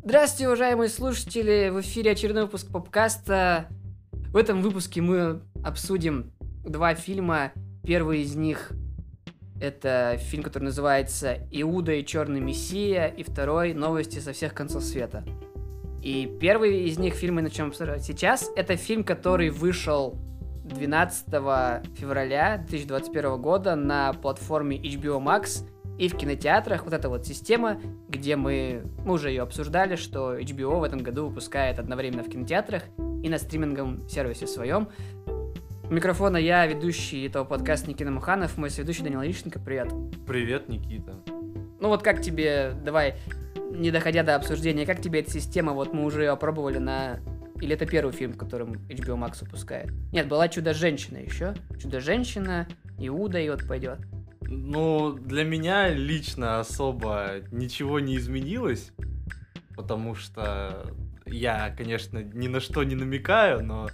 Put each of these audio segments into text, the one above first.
Здравствуйте, уважаемые слушатели! В эфире очередной выпуск Попкаста. В этом выпуске мы обсудим два фильма. Первый из них — это фильм, который называется «Иуда и Черный Мессия», и второй — «Новости со всех концов света». И первый из них фильм мы начнем обсуждать сейчас. Это фильм, который вышел 12 февраля 2021 года на платформе HBO Max и в кинотеатрах. Вот эта вот система, где мы уже ее обсуждали, что HBO в этом году выпускает одновременно в кинотеатрах и на стриминговом сервисе своем. У микрофона я, ведущий этого подкаста Никита Муханов, мой соведущий Данил Ильиченко. Привет. Привет, Никита. Ну вот как тебе, давай, не доходя до обсуждения, как тебе эта система, вот мы уже ее опробовали на... Или это первый фильм, которым HBO Max выпускает? Нет, была «Чудо-женщина» еще. «Чудо-женщина», «Иуда» и вот пойдет. Ну, для меня лично особо ничего не изменилось, потому что я, конечно, ни на что не намекаю, но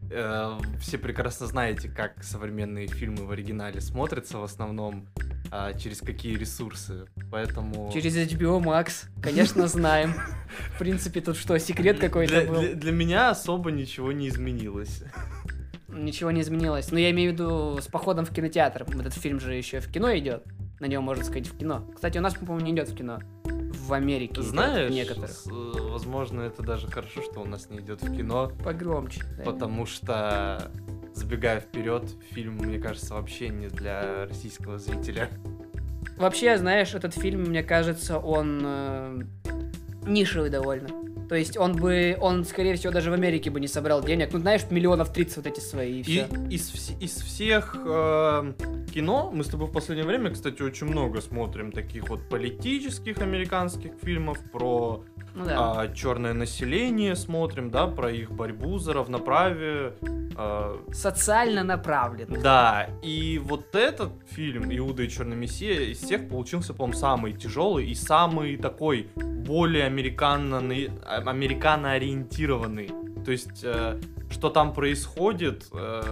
все прекрасно знаете, как современные фильмы в оригинале смотрятся в основном, через какие ресурсы, поэтому... Через HBO Max, конечно, знаем. В принципе, тут что, секрет какой-то был? Для меня особо ничего не изменилось. Ничего не изменилось. Но я имею в виду с походом в кинотеатр. Этот фильм же еще в кино идет. На него можно сказать в кино. Кстати, у нас, по-моему, не идет в кино. В Америке. Знаешь, некоторых. Возможно, это даже хорошо, что у нас не идет в кино. Погромче. Да. Потому что, забегая вперед, фильм, мне кажется, вообще не для российского зрителя. Вообще, знаешь, этот фильм, мне кажется, он нишевый довольно. То есть он, скорее всего, даже в Америке бы не собрал денег. Ну, знаешь, миллионов 30 вот эти свои, и все. Из всех кино, мы с тобой в последнее время, кстати, очень много смотрим таких вот политических американских фильмов про черное население смотрим, да, про их борьбу за равноправие. Социально направленный. Да, и вот этот фильм «Иуда и Черный Мессия» из всех получился, по-моему, самый тяжелый и самый такой более американо-ориентированный. То есть, что там происходит,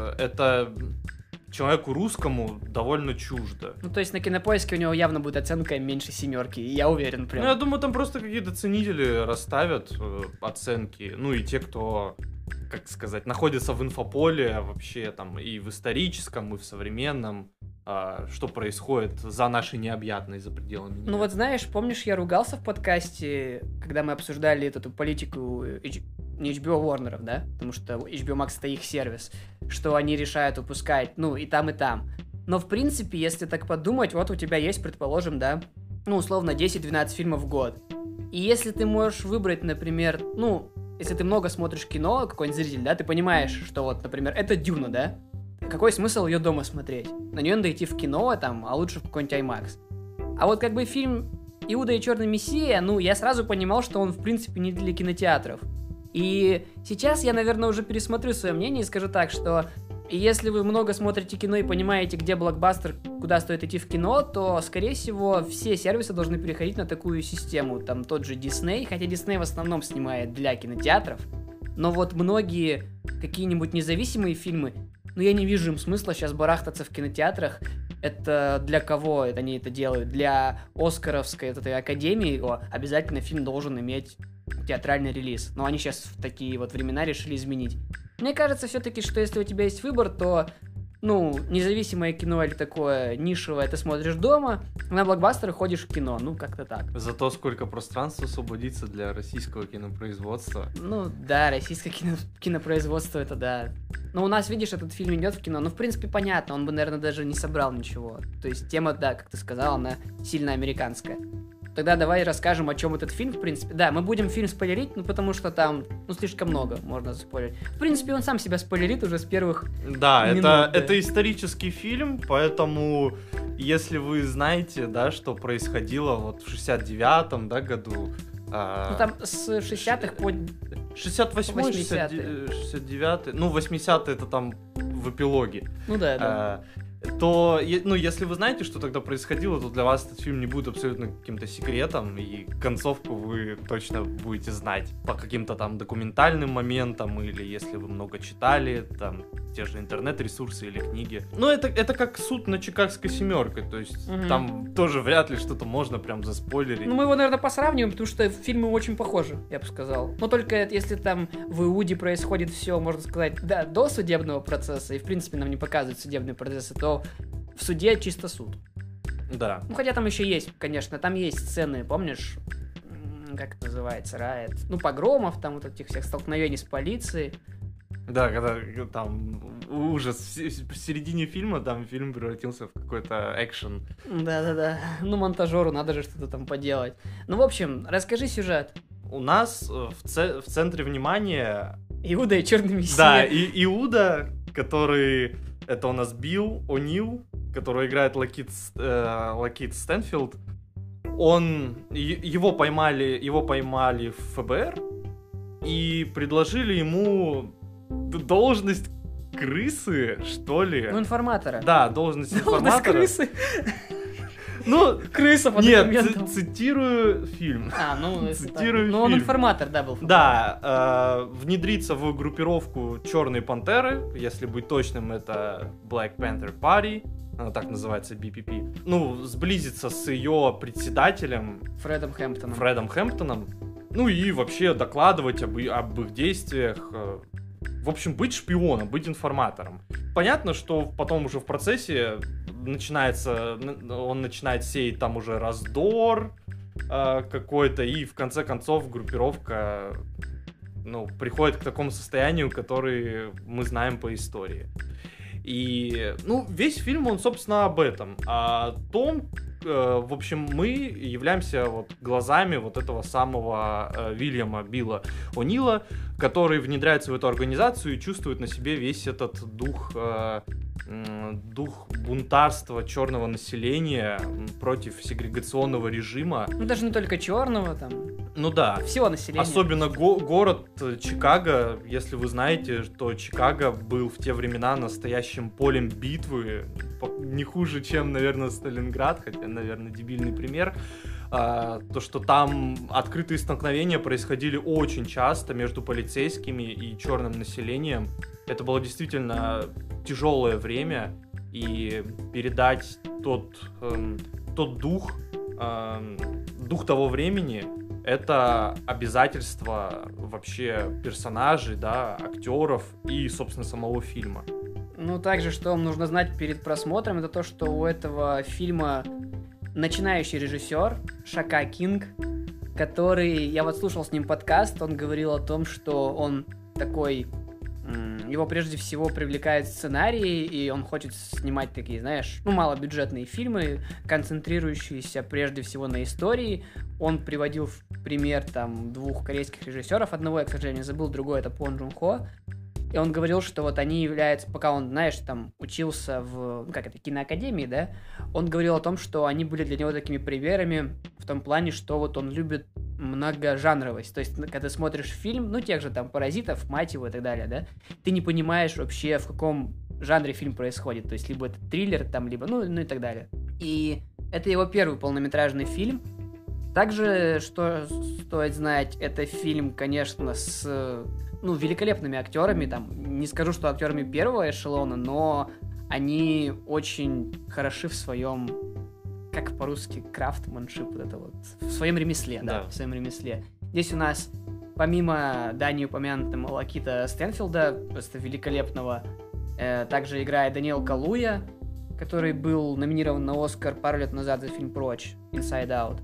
это человеку русскому довольно чуждо. Ну, то есть на Кинопоиске у него явно будет оценка меньше 7, я уверен прям. Ну, я думаю, там просто какие-то ценители расставят оценки, ну, и те, кто, как сказать, находится в инфополе вообще там и в историческом, и в современном, что происходит за нашей необъятной, за пределами мира. Ну вот знаешь, помнишь, я ругался в подкасте, когда мы обсуждали эту политику не HBO Warner'ов, да? Потому что HBO Max — это их сервис, что они решают выпускать, ну, и там, и там. Но, в принципе, если так подумать, вот у тебя есть, предположим, да, ну, условно, 10-12 фильмов в год. И если ты можешь выбрать, например, ну, если ты много смотришь кино, какой-нибудь зритель, да, ты понимаешь, что вот, например, это Дюна, да? Какой смысл ее дома смотреть? На нее надо идти в кино, там, а лучше в какой-нибудь IMAX. А вот как бы фильм «Иуда и Черный Мессия», ну, я сразу понимал, что он, в принципе, не для кинотеатров. И сейчас я, наверное, уже пересмотрю свое мнение и скажу так, что если вы много смотрите кино и понимаете, где блокбастер, куда стоит идти в кино, то, скорее всего, все сервисы должны переходить на такую систему. Там тот же Disney, хотя Disney в основном снимает для кинотеатров, но вот многие какие-нибудь независимые фильмы, ну, я не вижу им смысла сейчас барахтаться в кинотеатрах. Это для кого они это делают? Для Оскаровской этой академии обязательно фильм должен иметь театральный релиз. Но они сейчас в такие вот времена решили изменить. Мне кажется все-таки, что если у тебя есть выбор, то, ну, независимое кино или такое нишевое ты смотришь дома, на блокбастеры ходишь в кино, ну, как-то так. Зато сколько пространства освободится для российского кинопроизводства. Ну, да, российское кинопроизводство, это да. Но у нас, видишь, этот фильм идет в кино, ну, в принципе, понятно, он бы, наверное, даже не собрал ничего. То есть тема, да, как ты сказал, она сильно американская. Тогда давай расскажем, о чем этот фильм, в принципе. Да, мы будем фильм спойлерить, ну, потому что там, ну, слишком много можно спойлерить. В принципе, он сам себя спойлерит уже с первых минут. Это исторический фильм, поэтому, если вы знаете, да, что происходило вот в 69-м, да, году... Ну, там с 60-х по... 68-й, 69-й, ну, 80-й это там в эпилоге. Ну, да. то, ну, если вы знаете, что тогда происходило, то для вас этот фильм не будет абсолютно каким-то секретом, и концовку вы точно будете знать по каким-то там документальным моментам, или если вы много читали, там, те же интернет-ресурсы или книги. Ну, это как суд над Чикагской семеркой, то есть там тоже вряд ли что-то можно прям заспойлерить. Ну, мы его, наверное, посравниваем, потому что фильмы очень похожи, я бы сказал. Но только если там в Иуде происходит все, можно сказать, да, до судебного процесса, и в принципе нам не показывают судебные процессы, то в суде чисто суд. Да. Ну, хотя там еще есть, конечно, там есть сцены, помнишь, как это называется, райот? Ну, погромов, там вот этих всех столкновений с полицией. Да, когда там ужас. В середине фильма там фильм превратился в какой-то экшен. Да-да-да. Ну, монтажеру надо же что-то там поделать. Ну, в общем, расскажи сюжет. У нас в центре внимания... Иуда и Черный Мессия. Да, и Иуда, который... Это у нас Билл О'Нил, который играет Лакит Стэнфилд. Его поймали в ФБР и предложили ему должность крысы, что ли? Ну, информатора. Да, должность информатора. Должность крысы. Ну, крыса по документам. Нет, цитирую фильм. Цитирую фильм. Ну, он информатор, да, был. Да, внедриться в группировку Черной Пантеры, если быть точным, это Black Panther Party, она так называется, BPP. Ну, сблизиться с ее председателем Фредом Хэмптоном. Ну и вообще докладывать об их действиях. В общем, быть шпионом, быть информатором. Понятно, что потом уже в процессе он начинает сеять там уже раздор какой-то, и в конце концов группировка приходит к такому состоянию, который мы знаем по истории. И, весь фильм, он, собственно, об этом. О том, в общем, мы являемся глазами этого самого Билла О'Нила, который внедряется в эту организацию и чувствует на себе весь этот дух бунтарства черного населения против сегрегационного режима. Ну, даже не только черного, там. Ну да. Всего населения. Особенно город Чикаго, если вы знаете, что Чикаго был в те времена настоящим полем битвы, не хуже, чем, наверное, Сталинград, хотя, наверное, дебильный пример. То, что там открытые столкновения происходили очень часто между полицейскими и черным населением. Это было действительно тяжелое время, и передать тот дух того времени — это обязательство вообще персонажей, да, актеров и, собственно, самого фильма. Ну, также, что вам нужно знать перед просмотром, это то, что у этого фильма начинающий режиссер Шака Кинг, который, я слушал с ним подкаст, он говорил о том, что он такой, его прежде всего привлекает сценарии, и он хочет снимать такие, знаешь, малобюджетные фильмы, концентрирующиеся прежде всего на истории. Он приводил в пример там 2 корейских режиссеров, одного я, к сожалению, забыл, другой это Пон Джун Хо. И он говорил, что они являются, пока он, знаешь, там учился в, киноакадемии, да, он говорил о том, что они были для него такими примерами в том плане, что он любит многожанровость. То есть, когда ты смотришь фильм, тех же там «Паразитов», «Мать его» и так далее, да, ты не понимаешь вообще, в каком жанре фильм происходит. То есть, либо это триллер, там, либо, и так далее. И это его первый полнометражный фильм. Также, что стоит знать, это фильм, конечно, с великолепными актерами, там, не скажу, что актерами первого эшелона, но они очень хороши в своем, как по-русски, крафтманшип, в своем ремесле, да, в своем ремесле. Здесь у нас, помимо Дани упомянутого Лакита Стэнфилда, просто великолепного, также играет Даниэл Калуя, который был номинирован на Оскар пару лет назад за фильм «Прочь», Inside Out.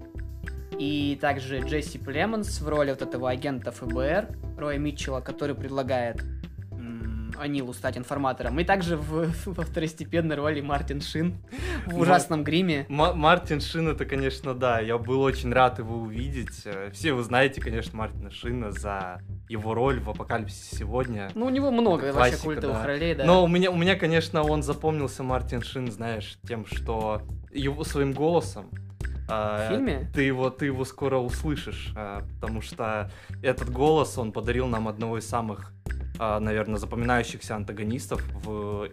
И также Джесси Племонс в роли этого агента ФБР, Роя Митчелла, который предлагает О'Нилу стать информатором. И также во второстепенной роли Мартин Шин в ужасном гриме. Мартин Шин, это, конечно, да, я был очень рад его увидеть. Все вы знаете, конечно, Мартина Шина за его роль в «Апокалипсисе сегодня». У него много вообще культовых ролей, да. Но у меня, конечно, он запомнился, Мартин Шин, знаешь, тем, что своим голосом. В фильме? Ты его скоро услышишь, потому что этот голос, он подарил нам одного из самых наверное, запоминающихся антагонистов в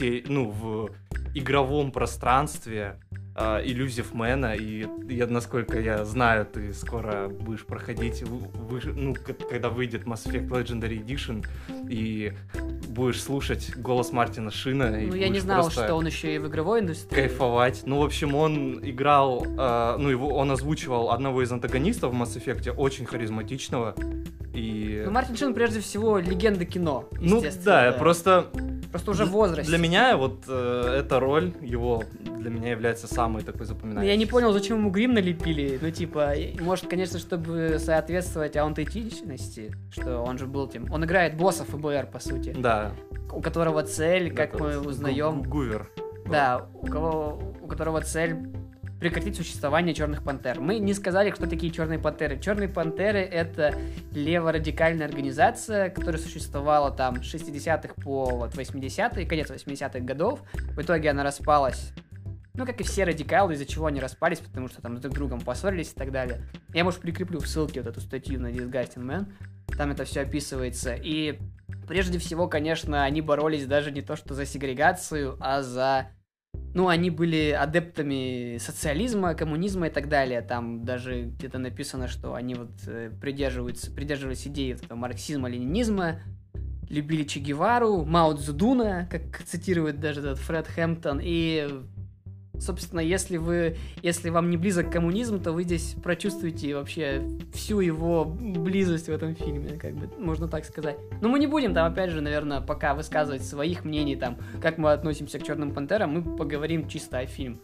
игровом пространстве Illusive Man, и насколько я знаю, ты скоро будешь проходить, когда выйдет Mass Effect Legendary Edition, и будешь слушать голос Мартина Шина. Ну, я не знал, что он еще и в игровой индустрии. Кайфовать. Ну, в общем, он играл, он озвучивал одного из антагонистов в Mass Effect, очень харизматичного. И... Ну, Мартин Шин, прежде всего, легенда кино, ну, да, просто уже в возрасте. Для меня вот эта роль его для меня является самой такой запоминающейся. Я не понял, зачем ему грим налепили. Ну, типа, может, конечно, чтобы соответствовать аутентичности, что он же был тем... Он играет босса ФБР, по сути. Да. У которого цель, как мы узнаем... Гувер. Да, у которого цель прекратить существование Черных Пантер. Мы не сказали, кто такие Черные Пантеры. Черные Пантеры — это леворадикальная организация, которая существовала там с 60-х по 80-е, конец 80-х годов. В итоге она распалась, ну, как и все радикалы, из-за чего они распались, потому что там друг с другом поссорились и так далее. Я, может, прикреплю в ссылке вот эту статью на Disgusting Man. Там это все описывается. И прежде всего, конечно, они боролись даже не то что за сегрегацию, а за... Ну, они были адептами социализма, коммунизма и так далее. Там даже где-то написано, что они вот придерживались идеи вот этого марксизма, ленинизма, любили Че Гевару, Мао Цзэдуна, как цитирует даже этот Фред Хэмптон. И, собственно, если вам не близок коммунизм, то вы здесь прочувствуете вообще всю его близость в этом фильме, как бы, можно так сказать. Но мы не будем там, опять же, наверное, пока высказывать своих мнений, там, как мы относимся к Черным Пантерам, мы поговорим чисто о фильме.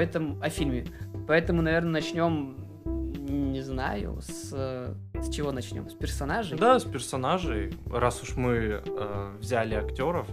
Поэтому, наверное, начнем, не знаю, с чего начнем? С персонажей? Да, с персонажей. Раз уж мы взяли актеров,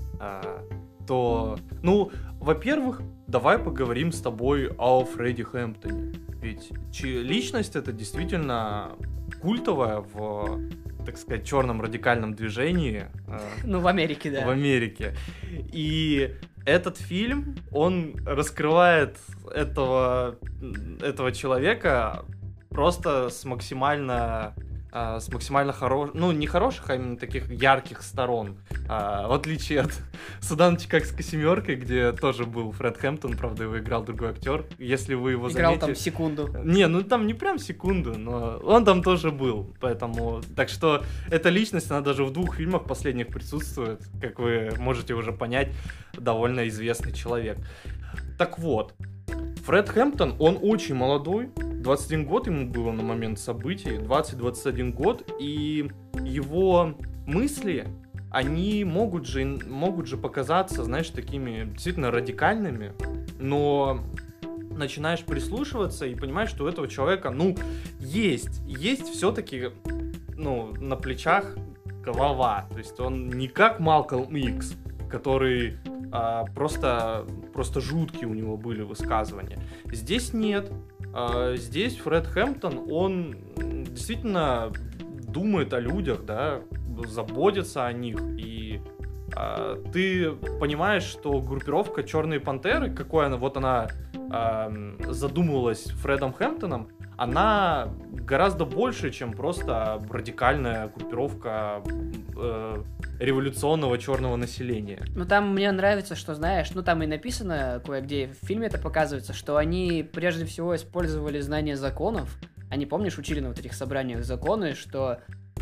то, ну, во-первых, давай поговорим с тобой о Фредди Хэмптоне. Ведь личность эта действительно культовая в, так сказать, черном радикальном движении. Ну, в Америке, да. В Америке. И этот фильм, он раскрывает этого человека просто с максимально хороших, ну, не хороших, а именно таких ярких сторон. В отличие от «Судан Чикагской семеркой», где тоже был Фред Хэмптон, правда, его играл другой актер. Если вы его играл заметили... там секунду. Не, ну там не прям секунду, но он там тоже был. Поэтому, так что эта личность, она даже в 2 фильмах последних присутствует. Как вы можете уже понять, довольно известный человек. Так вот, Фред Хэмптон, он очень молодой, 21 год ему было на момент событий, 20-21 год, и его мысли, они могут же показаться, знаешь, такими действительно радикальными, но начинаешь прислушиваться и понимаешь, что у этого человека, ну, есть все-таки, ну, на плечах голова, то есть он не как Малкольм Икс, который просто жуткие у него были высказывания. Здесь нет. Здесь Фред Хэмптон, он действительно думает о людях, да, заботится о них, и ты понимаешь, что группировка Черные Пантеры, какой она задумывалась Фредом Хэмптоном, она гораздо больше, чем просто радикальная группировка революционного черного населения. Ну, там мне нравится, что, знаешь, ну, там и написано кое-где, в фильме это показывается, что они прежде всего использовали знания законов. Они, помнишь, учили на вот этих собраниях законы, что...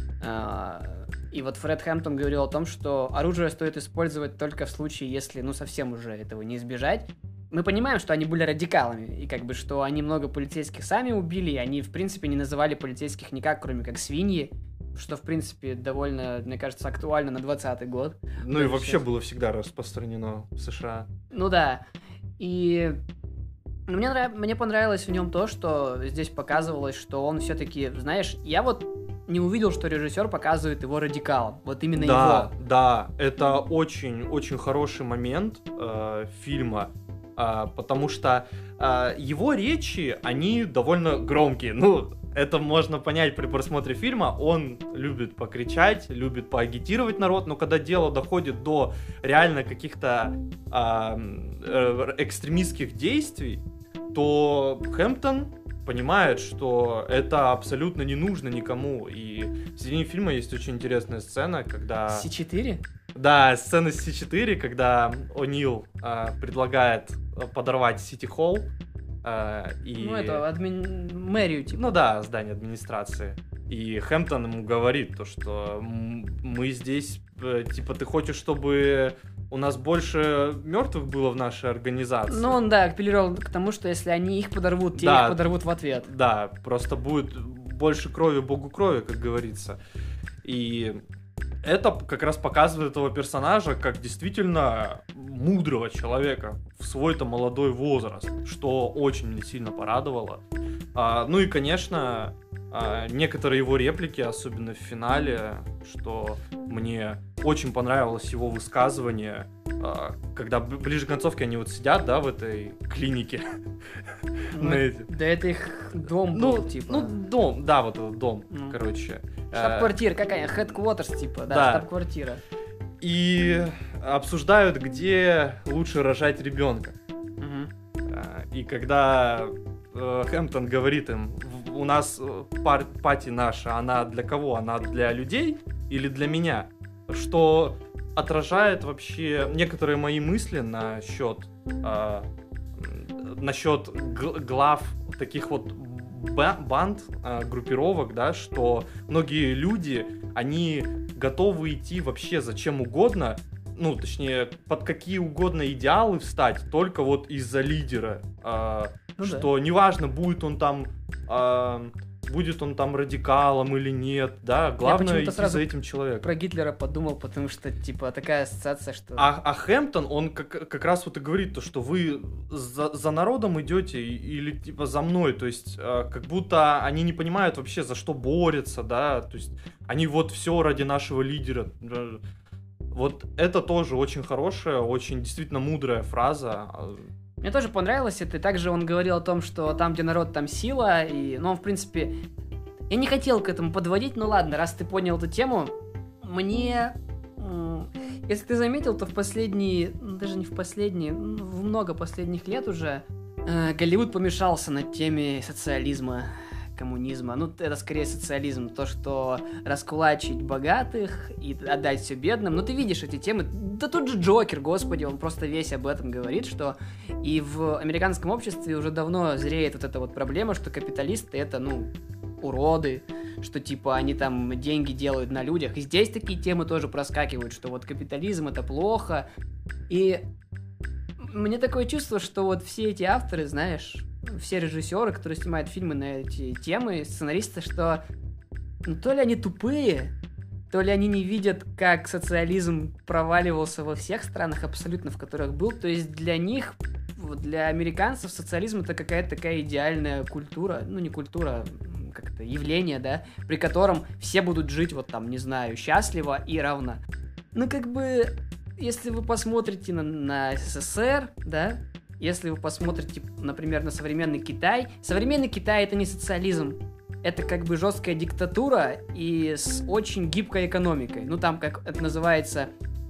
И вот Фред Хэмптон говорил о том, что оружие стоит использовать только в случае, если, ну, совсем уже этого не избежать. Мы понимаем, что они были радикалами, и как бы, что они много полицейских сами убили, и они, в принципе, не называли полицейских никак, кроме как свиньи, что, в принципе, довольно, мне кажется, актуально на 20-й год. Ну и вообще было всегда распространено в США. Ну да, и мне понравилось в нем то, что здесь показывалось, что он все-таки, знаешь, я вот не увидел, что режиссер показывает его радикалом, вот именно его. Да, это очень-очень хороший момент фильма, потому что его речи, они довольно громкие, ну, это можно понять при просмотре фильма, он любит покричать, любит поагитировать народ, но когда дело доходит до реально каких-то экстремистских действий, то Хэмптон понимает, что это абсолютно не нужно никому. И в середине фильма есть очень интересная сцена, когда... С4? Да, сцена с С4, когда О'Нил предлагает подорвать Сити-Холл. И... Ну, это мэрию, типа. Ну да, здание администрации. И Хэмптон ему говорит то, что мы здесь, типа, ты хочешь, чтобы у нас больше мертвых было в нашей организации? Ну, он, да, апеллировал к тому, что если они их подорвут, те Да. их подорвут в ответ. Да, просто будет больше крови, богу крови, как говорится. И это как раз показывает этого персонажа как действительно мудрого человека в свой-то молодой возраст, что очень меня сильно порадовало. Ну и, конечно, некоторые его реплики, особенно в финале, что мне очень понравилось его высказывание, когда ближе к концовке они вот сидят, да, в этой клинике. Да это их дом был, типа. Ну, дом, да, вот этот дом, короче. Штаб-квартира, какая? Headquarters, типа, да, штаб-квартира. И обсуждают, где лучше рожать ребенка. И когда Хэмптон говорит им, у нас пати наша, она для кого? Она для людей или для меня? Что отражает вообще некоторые мои мысли насчет глав таких вот банд, группировок, да, что многие люди, они готовы идти вообще за чем угодно, ну, точнее, под какие угодно идеалы встать, только вот из-за лидера. Что неважно, будет он там радикалом или нет, да, главное идти за этим человеком. Про Гитлера подумал, потому что, типа, такая ассоциация, что... А Хэмптон, он как раз вот и говорит то, что вы за народом идете или, типа, за мной, то есть, как будто они не понимают вообще, за что борются, да, то есть, они вот все ради нашего лидера. Вот это тоже очень хорошая, очень действительно мудрая фраза. Мне тоже понравилось это, и также он говорил о том, что там, где народ, там сила, и, ну, он, в принципе, я не хотел к этому подводить, но ладно, раз ты понял эту тему, мне, если ты заметил, то в последние, даже не в последние, в много последних лет уже Голливуд помешался над теме социализма, коммунизма. Ну, это скорее социализм. То, что раскулачить богатых и отдать все бедным. Ну, ты видишь эти темы. Да тут же Джокер, господи, он просто весь об этом говорит, что и в американском обществе уже давно зреет вот эта вот проблема, что капиталисты это, ну, уроды, что, типа, они там деньги делают на людях. И здесь такие темы тоже проскакивают, что вот капитализм это плохо. И мне такое чувство, что вот все эти авторы, знаешь, все режиссеры, которые снимают фильмы на эти темы, сценаристы, что ну, то ли они тупые, то ли они не видят, как социализм проваливался во всех странах абсолютно, в которых был. То есть для них, для американцев социализм это какая-то такая идеальная культура, ну не культура, как-то явление, да, при котором все будут жить вот там, не знаю, счастливо и равно. Ну как бы, если вы посмотрите на СССР, да, если вы посмотрите, например, на современный Китай это не социализм, это как бы жесткая диктатура и с очень гибкой экономикой. Ну там, как это называется,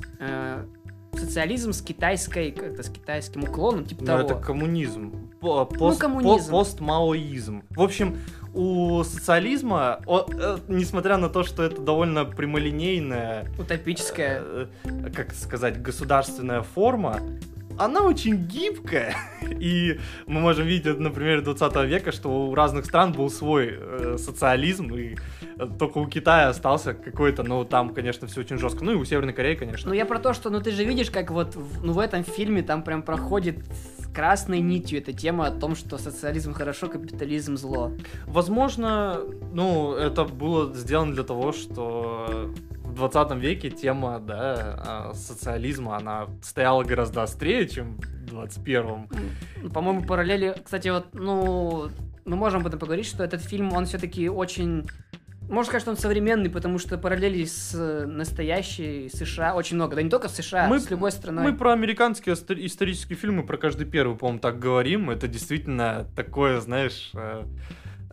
социализм с китайской, как-то с китайским уклоном, типа того. Это коммунизм. Коммунизм. Постмаоизм. В общем, у социализма, несмотря на то, что это довольно прямолинейная, утопическая, как сказать, государственная форма, она очень гибкая, и мы можем видеть, например, 20 века, что у разных стран был свой социализм, и только у Китая остался какой-то, ну, там, конечно, все очень жестко, ну, и у Северной Кореи, конечно. Ну, я про то, что, ну, ты же видишь, как вот, в этом фильме там прям проходит красной нитью эта тема о том, что социализм хорошо, капитализм зло. Возможно, ну, это было сделано для того, что в 20 веке тема, да, социализма, она стояла гораздо острее, чем в 21-м. По-моему, параллели, кстати, вот, ну, мы можем об этом поговорить, что этот фильм, он все-таки очень... Можно сказать, что он современный, потому что параллелей с настоящей США очень много. Да не только с США, с любой страной. Мы про американские исторические фильмы, про каждый первый, по-моему, так говорим. Это действительно такое, знаешь...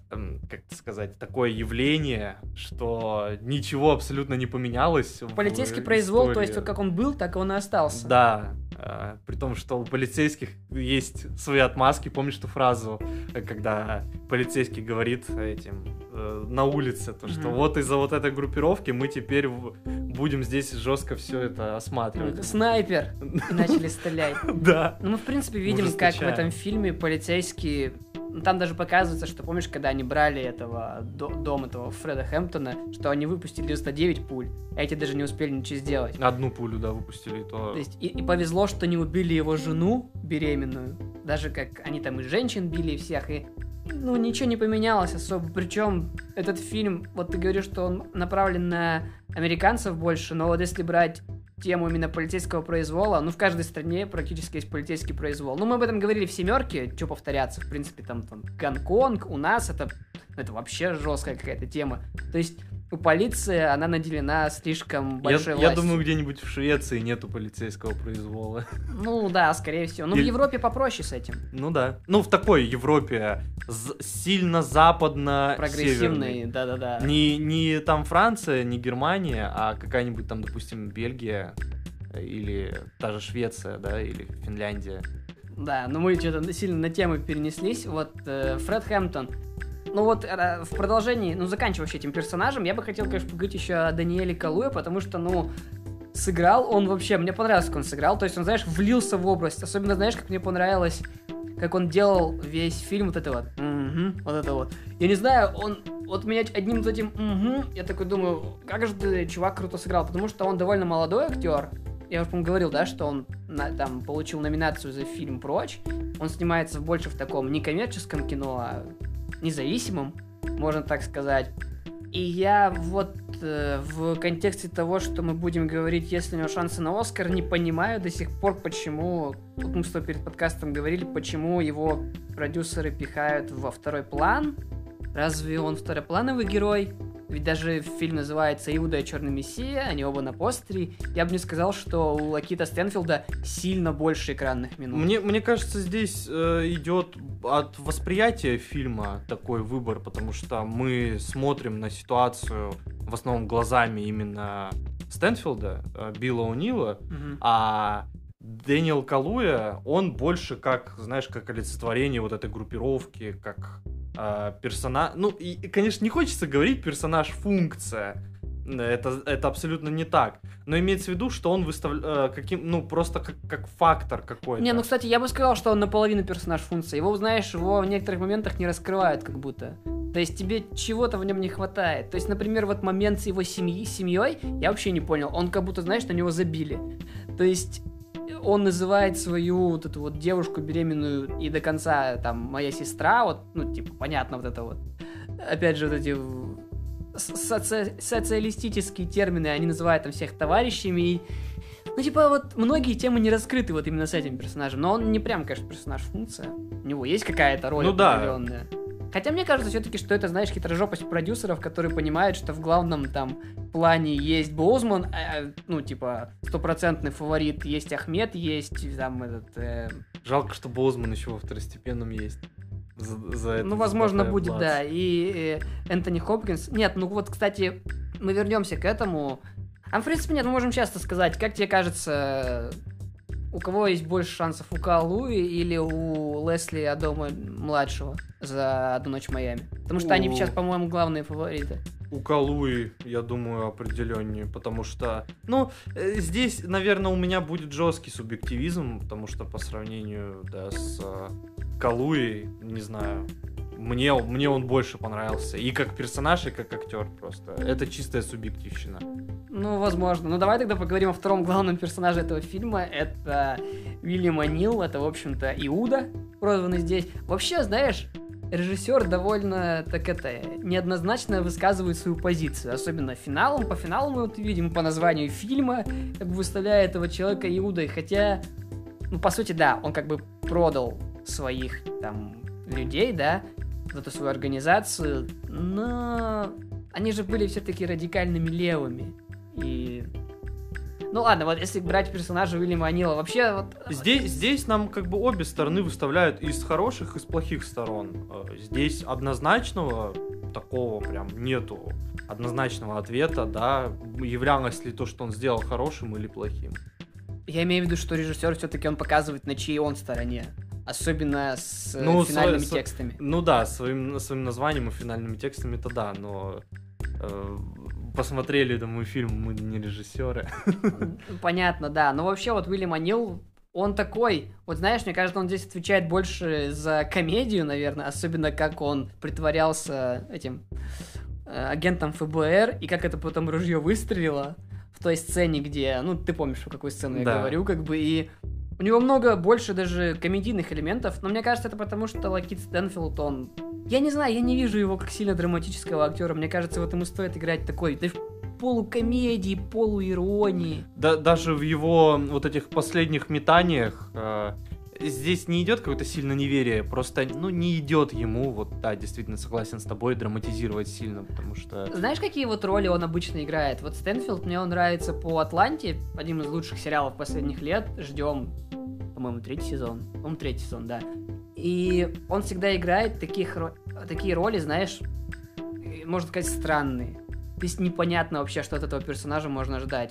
как это сказать, такое явление, что ничего абсолютно не поменялось. Полицейский произвол, то есть как он был, так он и остался. Да, при том, что у полицейских есть свои отмазки. Помнишь ту фразу, когда полицейский говорит этим на улице, то, что вот из-за вот этой группировки мы теперь будем здесь жестко все это осматривать. Снайпер! И начали стрелять. Да. Ну, мы, в принципе, видим, как в этом фильме полицейские... Там даже показывается, что, помнишь, когда они брали этого дом этого Фреда Хэмптона, что они выпустили 99 пуль, а эти даже не успели ничего сделать. Одну пулю, да, выпустили. То есть, и повезло, что не убили его жену беременную, даже как они там и женщин били, и всех, и ну, ничего не поменялось особо. Причем этот фильм, вот ты говоришь, что он направлен на американцев больше, но вот если брать тему именно полицейского произвола, ну, в каждой стране практически есть полицейский произвол. Ну, мы об этом говорили в «Семерке», что повторяться, в принципе, там Гонконг, у нас это вообще жесткая какая-то тема. То есть у полиции она наделена слишком большой властью. Я думаю, где-нибудь в Швеции нету полицейского произвола. Ну да, скорее всего. Ну, в Европе попроще с этим. Ну да. Ну, в такой Европе сильно западно прогрессивный, да-да-да. Не там Франция, не Германия, а какая-нибудь там, допустим, Бельгия или та же Швеция, да, или Финляндия. Да, но мы что-то сильно на тему перенеслись. Вот Фред Хэмптон. Ну вот, в продолжении, заканчивая вообще этим персонажем, я бы хотел, конечно, поговорить еще о Даниэле Калуя, потому что, сыграл он вообще, мне понравилось, как он сыграл, то есть он, знаешь, влился в образ, особенно, знаешь, как мне понравилось, как он делал весь фильм вот это вот, вот это вот. Я не знаю, он, вот меня одним вот этим, я такой думаю, как же ты, чувак, круто сыграл, потому что он довольно молодой актер. Я уже, по-моему, говорил, да, что он там получил номинацию за фильм «Прочь». Он снимается больше в таком некоммерческом кино, а независимым, можно так сказать. И я вот в контексте того, что мы будем говорить, если у него шансы на Оскар, не понимаю до сих пор, почему, вот мы с тобой перед подкастом говорили, почему его продюсеры пихают во второй план. Разве он второплановый герой? Ведь даже фильм называется «Иуда и Черный Мессия», они оба на постере. Я бы не сказал, что у Лакита Стэнфилда сильно больше экранных минут. Мне кажется, здесь идет от восприятия фильма такой выбор, потому что мы смотрим на ситуацию в основном глазами именно Стэнфилда, Билла О'Нила, а Дэниел Калуя, он больше как, знаешь, как олицетворение вот этой группировки, как персонаж... Ну, и, конечно, не хочется говорить персонаж-функция. Это абсолютно не так. Но имеется в виду, что он выставляет просто как фактор какой-то. Не, кстати, я бы сказал, что он наполовину персонаж-функция. Его, знаешь, его в некоторых моментах не раскрывают как будто. То есть тебе чего-то в нем не хватает. То есть, например, вот момент с его семьей, я вообще не понял. Он как будто, знаешь, на него забили. То есть... Он называет свою вот эту вот девушку беременную и до конца там моя сестра, вот, понятно вот это вот. Опять же, вот эти социалистические термины, они называют там всех товарищами. И, вот многие темы не раскрыты вот именно с этим персонажем, но он не прям, конечно, персонаж-функция. У него есть какая-то роль определенная. Да. Хотя мне кажется все-таки, что это, знаешь, хитрожопость продюсеров, которые понимают, что в главном там плане есть Боузман, стопроцентный фаворит, есть Ахмед, есть там этот... Жалко, что Боузман еще во второстепенном есть. За это возможно, будет, плац. Да. И Энтони Хопкинс. Нет, кстати, мы вернемся к этому. В принципе, нет, мы можем часто сказать, как тебе кажется... У кого есть больше шансов, у Калуи или у Лесли Адома-младшего за «Одну ночь в Майами»? Потому что они сейчас, по-моему, главные фавориты. У Калуи, я думаю, определеннее, потому что... здесь, наверное, у меня будет жесткий субъективизм, потому что по сравнению, с Калуи, не знаю, мне он больше понравился. И как персонаж, и как актер просто. Это чистая субъективщина. Возможно. Давай тогда поговорим о втором главном персонаже этого фильма. Это Уильям О'Нил. Это, в общем-то, Иуда, прозванный здесь. Вообще, знаешь, режиссер довольно неоднозначно высказывает свою позицию. Особенно финалом. По финалу мы видим по названию фильма, выставляет этого человека Иудой. Хотя, по сути, да, он продал своих там людей, да, в эту свою организацию, но они же были все-таки радикальными левыми. И... Ну ладно, вот если брать персонажа Уильяма Онила, вообще вот... Здесь нам как бы обе стороны выставляют из хороших, и из плохих сторон. Здесь однозначного такого прям нету. Однозначного ответа, да, являлось ли то, что он сделал, хорошим или плохим. Я имею в виду, что режиссер все-таки он показывает, на чьей он стороне. Особенно с финальными текстами. Ну да, своим названием и финальными текстами это да, но посмотрели, думаю, фильм, мы не режиссеры. Понятно, да. Но вообще вот Уильям Онил, он такой, вот знаешь, мне кажется, он здесь отвечает больше за комедию, наверное, особенно как он притворялся этим агентом ФБР, и как это потом ружье выстрелило в той сцене, где, ну, ты помнишь, про какую сцену я говорю, как бы, и у него много больше даже комедийных элементов, но мне кажется, это потому, что Лакит Стэнфилд, он... Я не знаю, я не вижу его как сильно драматического актера, мне кажется, вот ему стоит играть такой, да, полукомедии, полуиронии. Да, даже в его вот этих последних метаниях здесь не идет какое-то сильное неверие, просто, ну, не идет ему, вот, да, действительно согласен с тобой, драматизировать сильно, потому что... Знаешь, какие вот роли он обычно играет? Вот Стэнфилд, мне он нравится по «Атланте», один из лучших сериалов последних лет, ждем, по-моему, третий сезон, да. И он всегда играет такие роли, знаешь, можно сказать, странные. То есть непонятно вообще, что от этого персонажа можно ждать.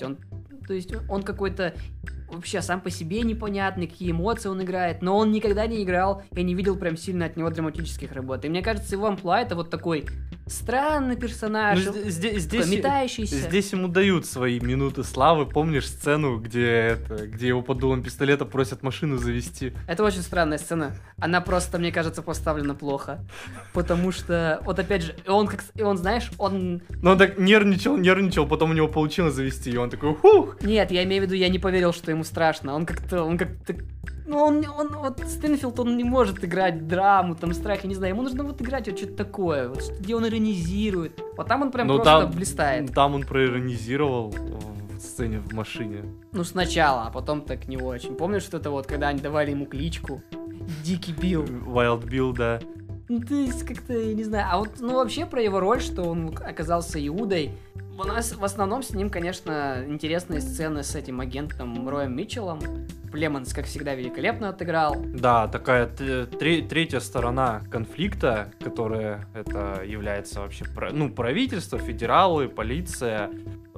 Он какой-то вообще сам по себе непонятный, какие эмоции он играет, но он никогда не играл, я не видел прям сильно от него драматических работ. И мне кажется, его амплуа это вот такой странный персонаж, такой метающийся. Здесь ему дают свои минуты славы. Помнишь сцену, где его под дулом пистолета просят машину завести? Это очень странная сцена. Она просто, мне кажется, поставлена плохо. Потому что, вот опять же, он, знаешь, он... Ну он так нервничал, потом у него получилось завести, и он такой, хух! Нет, я имею в виду, я не поверил, что ему страшно. Он как-то... Ну, он вот Стэнфилд, он не может играть драму, там, страх, я не знаю, ему нужно вот играть вот что-то такое, вот, где он иронизирует. Вот там он прям просто блистает. Там он проиронизировал в сцене в машине. Ну, сначала, а потом так не очень. Помнишь, что это вот, когда они давали ему кличку? Дикий Билл. Wild Bill, да. Ну, то есть, как-то, я не знаю. А вот, ну, вообще про его роль, что он оказался Иудой, у нас в основном с ним, конечно, интересные сцены с этим агентом Роем Митчеллом. Племонс, как всегда, великолепно отыграл. Да, такая третья сторона конфликта, которая это является вообще, ну, правительство, федералы, полиция,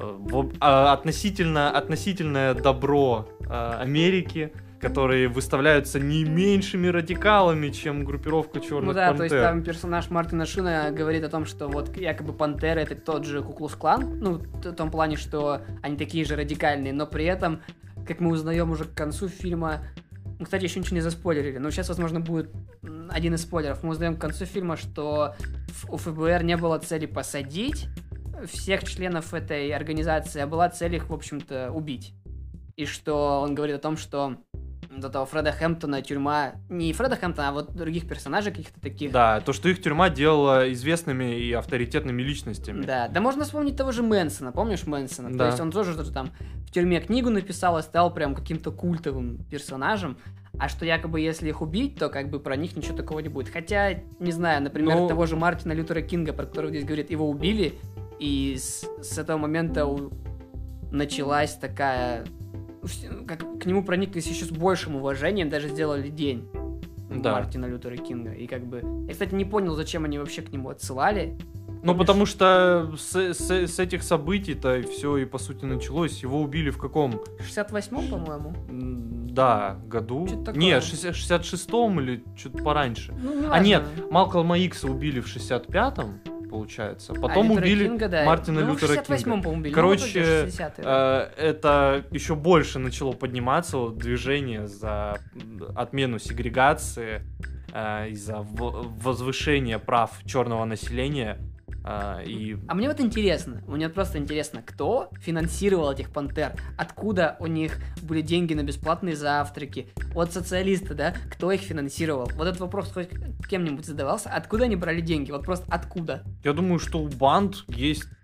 относительное добро Америки, которые выставляются не меньшими радикалами, чем группировка Черных Пантер. То есть там персонаж Мартина Шина говорит о том, что вот якобы Пантеры это тот же Ку-Клукс-Клан, ну, в том плане, что они такие же радикальные, но при этом, как мы узнаем уже к концу фильма, ну, кстати, еще ничего не заспойлерили, но сейчас, возможно, будет один из спойлеров, мы узнаем к концу фильма, что у ФБР не было цели посадить всех членов этой организации, а была цель их, в общем-то, убить. И что он говорит о том, что вот этого Фреда Хэмптона тюрьма... Не Фреда Хэмптона, а вот других персонажей каких-то таких. Да, то, что их тюрьма делала известными и авторитетными личностями. Да можно вспомнить того же Мэнсона, помнишь Мэнсона? Да. То есть он тоже там в тюрьме книгу написал и стал прям каким-то культовым персонажем. А что якобы если их убить, то как бы про них ничего такого не будет. Хотя, не знаю, например, того же Мартина Лютера Кинга, про которого здесь говорит, его убили, и с этого момента началась такая... Как к нему прониклись еще с большим уважением, даже сделали день Мартина Лютера Кинга. И как бы... Я, кстати, не понял, зачем они вообще к нему отсылали. Ну, потому что с этих событий-то все и, по сути, началось. Его убили в каком? В 68-м, по-моему? Да, году. Нет, в 66-м или чуть пораньше. Ну, нет, Малкольма Икса убили в 65-м. Получается. Потом убили Кинга, Мартина Лютера Кинга. В 68-м, по-моему, убили. Короче, это еще больше начало подниматься движение за отмену сегрегации и за возвышение прав черного населения. А мне вот интересно, мне просто интересно, кто финансировал этих пантер, откуда у них были деньги на бесплатные завтраки, от социалисты, да, кто их финансировал? Вот этот вопрос хоть кем-нибудь задавался, откуда они брали деньги, вот просто откуда? Я думаю, что у банд есть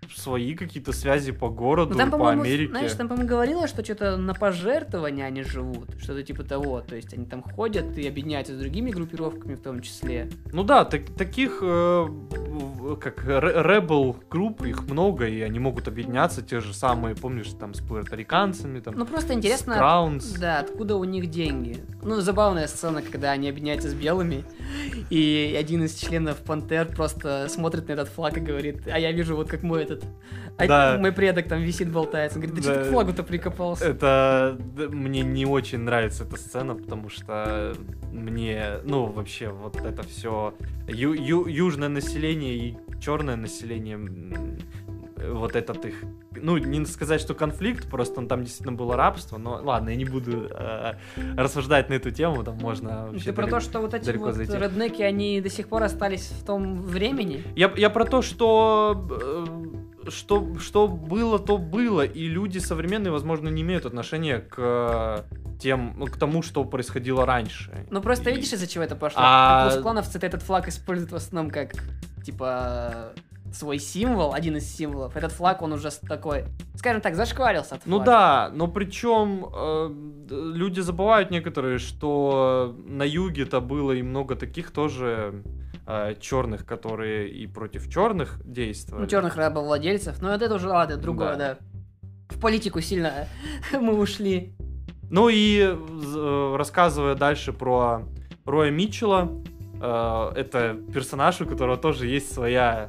свои какие-то связи по городу, Ну, там, по по-моему, Америке. знаешь, там, по-моему, говорилось, что что-то на пожертвования они живут, что-то типа того. То есть они там ходят и объединяются с другими группировками в том числе. Ну да, таких как Rebel групп, их много, и они могут объединяться, те же самые, помнишь, там с пуэрториканцами, там, Ну, просто интересно, с Краунс. да, откуда у них деньги. Ну, забавная сцена, когда они объединяются с белыми, и один из членов Пантер просто смотрит на этот флаг и говорит: а я вижу, вот как мой Да. мой предок там висит, болтается. Он говорит: да что ты к флагу-то прикопался? Это мне не очень нравится эта сцена, потому что мне, ну, вообще, вот это все южное население и черное население, вот этот их, ну, не сказать, что конфликт, просто там действительно было рабство, но ладно, я не буду рассуждать на эту тему, там можно вообще Ты про то, что вот эти далеко вот зайти. реднеки, они до сих пор остались в том времени? Я про то, что было, то было, и люди современные, возможно, не имеют отношения к тому, что происходило раньше. Ну, просто видишь, из-за чего это пошло? Клановцы этот флаг используют в основном как, типа, свой символ, один из символов. Этот флаг, он уже такой, скажем так, зашкварился от флага. Ну да, но причем люди забывают некоторые, что на юге-то было и много таких тоже черных, которые и против черных действовали. Ну, черных рабовладельцев. Ну, это уже, ладно, другое, да. В политику сильно мы ушли. Ну и рассказывая дальше про Роя Митчелла, это персонаж, у которого тоже есть своя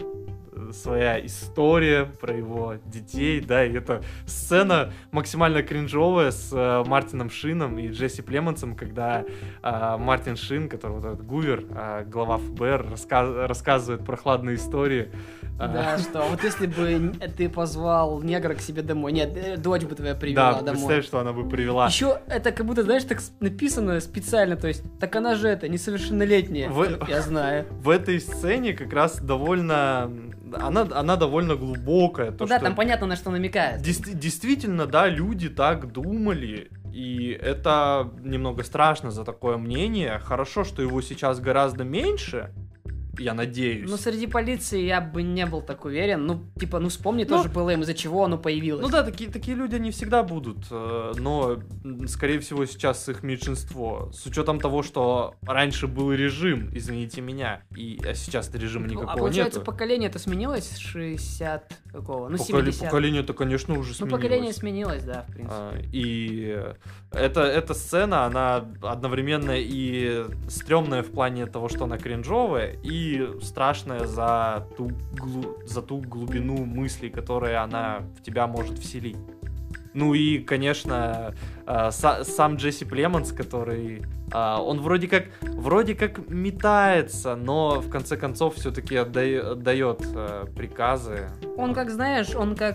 история про его детей, да, и это сцена максимально кринжовая с Мартином Шином и Джесси Племонсом, когда Мартин Шин, который вот этот Гувер, глава ФБР, рассказывает прохладные истории. Да, что вот если бы ты позвал негра к себе домой, нет, дочь бы твоя привела домой. Да, представь, что она бы привела. Еще это как будто, знаешь, так написано специально, то есть, так она же это, несовершеннолетняя, я знаю. В этой сцене как раз довольно... Она довольно глубокая. Ну да, там понятно, на что намекает. Действительно, да, люди так думали, и это немного страшно за такое мнение. Хорошо, что его сейчас гораздо меньше, я надеюсь. Ну, среди полиции я бы не был так уверен. Ну, типа, вспомни тоже было им, из-за чего оно появилось. Ну да, такие люди не всегда будут, но, скорее всего, сейчас их меньшинство. С учетом того, что раньше был режим, извините меня, а сейчас режима никакого нету. А получается, поколение-то сменилось с 60 какого? Ну, 70. Поколение-то, конечно, уже сменилось. Ну, поколение сменилось, да, в принципе. И эта сцена, она одновременно и стрёмная в плане того, что она кринжовая, и страшная за ту глубину мыслей, которые она в тебя может вселить. Ну и, конечно, сам Джесси Племонс, который... он вроде как метается, но в конце концов все-таки отдает приказы. Он как, знаешь,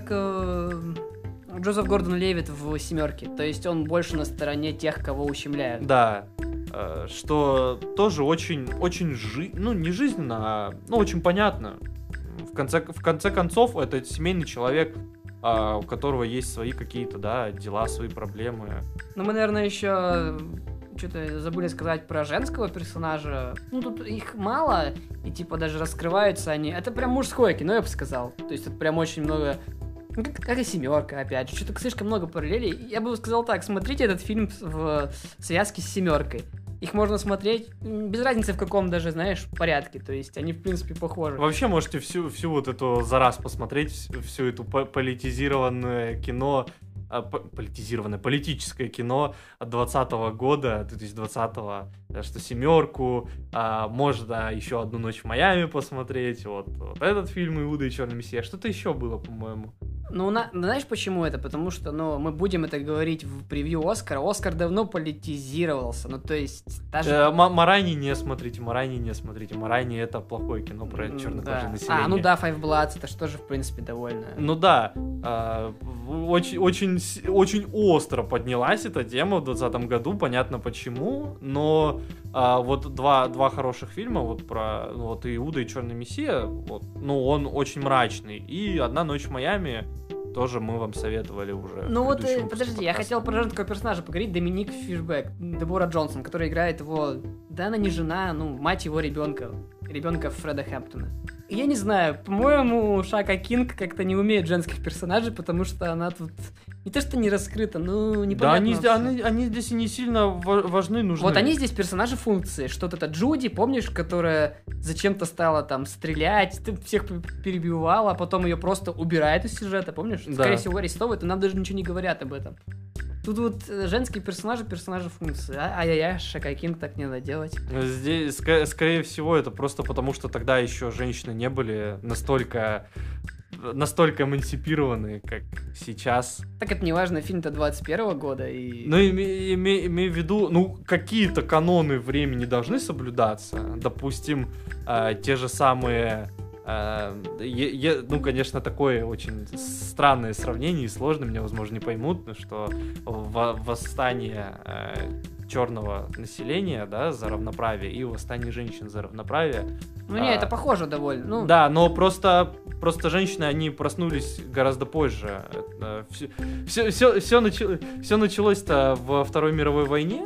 Джозеф Гордон-Левитт в «Семерке». То есть он больше на стороне тех, кого ущемляют. Да. Что тоже очень не жизненно, а очень понятно. В конце концов, это семейный человек, у которого есть свои какие-то, да, дела, свои проблемы. Ну, мы, наверное, еще что-то забыли сказать про женского персонажа. Ну, тут их мало, и типа даже раскрываются они. Это прям мужское кино, я бы сказал. То есть это прям очень много... Как и «Семерка», опять же. Что-то слишком много параллелей. Я бы сказал так, смотрите этот фильм в связке с «Семеркой». Их можно смотреть без разницы в каком даже, знаешь, порядке. То есть они, в принципе, похожи. Вообще можете всю вот эту за раз посмотреть, всю эту политизированное кино, политическое кино от 2020 года, 2020-го, что «Семерку», можно еще «Одну ночь в Майами» посмотреть, вот этот фильм «Иуда и Черный Мессия». Что-то еще было, по-моему. Ну, знаешь, почему это? Потому что, мы будем это говорить в превью «Оскара». «Оскар» давно политизировался, то есть... даже... «Марайни» не смотрите. «Марайни» — это плохое кино про чернокожее население. «Five Bloods», это же тоже, в принципе, довольно... Ну да, очень остро поднялась эта тема в 2020 году, понятно почему, но вот два хороших фильма, вот про «Иуда и Черный Мессия», он очень мрачный, и «Одна ночь в Майами» тоже мы вам советовали уже. Ну вот, подожди, я хотел про женского персонажа поговорить, Доминик Фишбек, Дебора Джонсон, которая играет его, да, она не жена, мать его ребенка. ребенка Фреда Хэмптона. Я не знаю, по-моему, Шака Кинг как-то не умеет женских персонажей, потому что она тут не то что не раскрыта, ну, непонятно. Да, они здесь и не сильно важны, нужны. Вот они здесь персонажи функции. Что-то это Джуди, помнишь, которая зачем-то стала там стрелять, всех перебивала, а потом ее просто убирает из сюжета, помнишь? Да. Скорее всего, арестовывают, и нам даже ничего не говорят об этом. Тут вот женские персонажи функции. Ай-яй-яй, Шака Кинг, так не надо делать. Здесь, скорее всего, это просто потому, что тогда еще женщины не были настолько эмансипированы, как сейчас. Так это не важно, фильм-то 21-го года. И... Ну, имею в виду, ну, какие-то каноны времени должны соблюдаться. Допустим, те же самые... ну, конечно, такое очень странное сравнение и сложно, меня, возможно, не поймут, что восстание черного населения, да, за равноправие и восстание женщин за равноправие. Ну, не, это похоже довольно. Ну... Да, но просто женщины, они проснулись гораздо позже. Все началось-то во Второй мировой войне,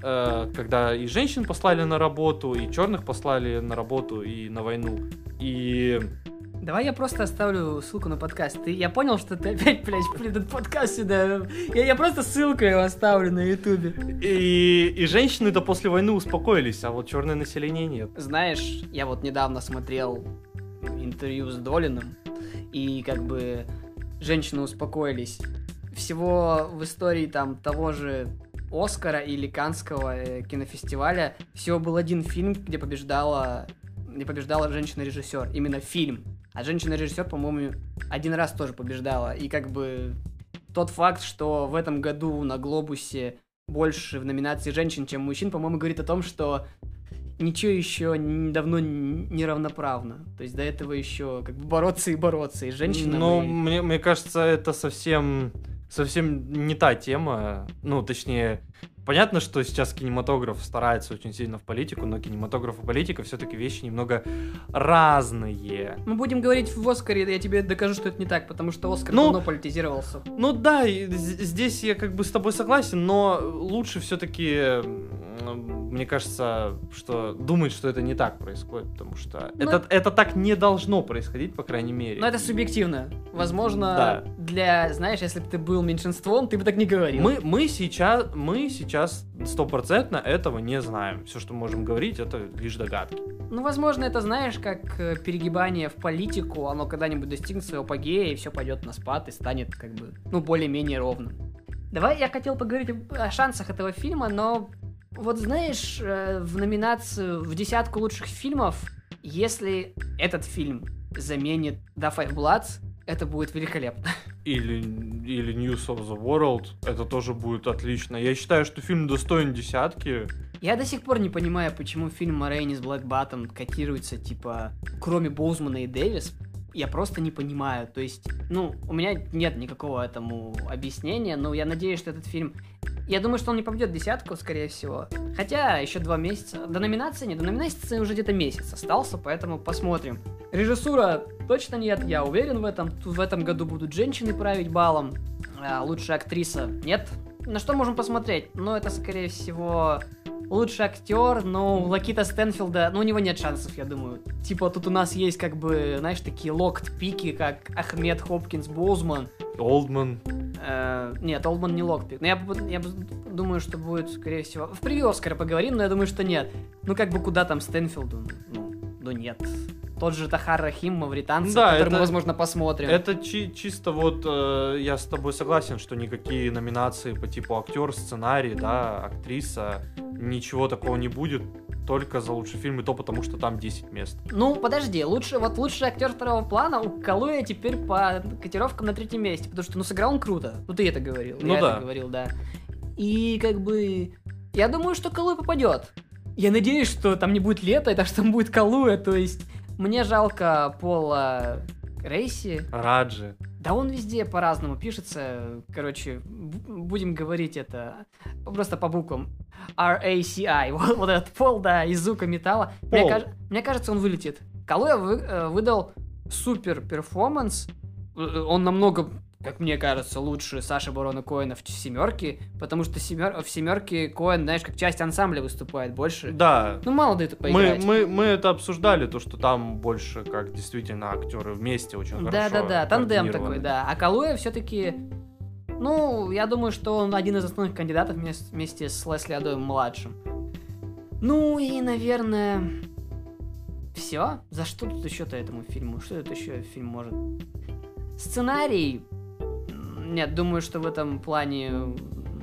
когда и женщин послали на работу, и черных послали на работу и на войну. И... Давай я просто оставлю ссылку на подкаст. Я понял, что ты опять, блядь, этот подкаст сюда... Я просто ссылку его оставлю на ютубе. И женщины-то после войны успокоились, а вот черное население нет. Знаешь, я вот недавно смотрел интервью с Долиным, и как бы женщины успокоились. Всего в истории там того же Оскара или Каннского кинофестиваля всего был один фильм, где побеждала женщина-режиссер. Именно фильм. А женщина-режиссер, по-моему, один раз тоже побеждала. И как бы тот факт, что в этом году на Глобусе больше в номинации женщин, чем мужчин, по-моему, говорит о том, что ничего еще давно не равноправно. То есть до этого еще как бы бороться и с женщинами. Ну, мне кажется, это совсем не та тема. Ну, точнее, понятно, что сейчас кинематограф старается очень сильно в политику, но кинематограф и политика все-таки вещи немного разные. Мы будем говорить в Оскаре, я тебе докажу, что это не так, потому что Оскар давно политизировался. Ну да, здесь я как бы с тобой согласен, но лучше все-таки, мне кажется, что думать, что это не так происходит, потому что это так не должно происходить, по крайней мере. Но это субъективно. Возможно, да. Знаешь, если бы ты был меньшинством, ты бы так не говорил. Мы сейчас 100% этого не знаем. Все, что можем говорить, это лишь догадки. Ну, возможно, это, знаешь, как перегибание в политику, оно когда-нибудь достигнет своего апогея, и все пойдет на спад, и станет, как бы, более-менее ровным. Давай, я хотел поговорить о шансах этого фильма, но вот, знаешь, в номинацию в 10 лучших фильмов, если этот фильм заменит The Five Bloods, это будет великолепно. Или News of the World, это тоже будет отлично. Я считаю, что фильм достоин 10. Я до сих пор не понимаю, почему фильм «Ма Рейни с Black Bottom» котируется, типа, кроме Боузмана и Дэвис. Я просто не понимаю. То есть, у меня нет никакого этому объяснения, но я надеюсь, что этот фильм... Я думаю, что он не попадет в 10, скорее всего. Хотя еще 2 месяца. До номинации уже где-то месяц остался, поэтому посмотрим. Режиссура точно нет, я уверен в этом. В этом году будут женщины править балом. Лучшая актриса нет. На что можем посмотреть? Это, скорее всего, лучший актер, но у Лакита Стэнфилда, у него нет шансов, я думаю. Типа, тут у нас есть, как бы, знаешь, такие локт-пики, как Ахмед Хопкинс Боузман. Олдман. Нет, Олдман не локт-пик. Но я думаю, что будет, скорее всего... В превью Оскара поговорим, но я думаю, что нет. Как бы, куда там Стэнфилду? Нет. Тот же Тахар Рахим, мавританцы, который мы, возможно, посмотрим. Это чисто вот, я с тобой согласен, что никакие номинации по типу актер, сценарий, да, актриса, ничего такого не будет, только за лучший фильм, и то потому, что там 10 мест. Подожди, лучший актер второго плана у Калуя теперь по котировкам на 3-м месте, потому что, сыграл он круто. Ты это говорил, это говорил, да. И, как бы, я думаю, что Калуя попадет. Я надеюсь, что там не будет лето, и так что там будет Калуя, то есть... Мне жалко Пола Рейси. Раджи. Да он везде по-разному пишется. Короче, будем говорить это просто по буквам. R-A-C-I. Вот этот Пол, да, из звука металла. Мне кажется, он вылетит. Калуя выдал супер перформанс. Он намного как мне кажется, лучше Саши Барона Коэна в «Семерке», потому что в «Семерке» Коэн, знаешь, как часть ансамбля выступает больше. Да. Ну, мало да это поиграть. Мы это обсуждали, то, что там больше как действительно актеры вместе очень хорошо. Да-да-да, тандем такой, координированы. да. А Калуя все-таки, ну, я думаю, что он один из основных кандидатов вместе с Лесли Адоем-младшим. Ну и, наверное, все. За что тут еще-то этому фильму? Что это еще фильм может? Сценарий? Нет, думаю, что в этом плане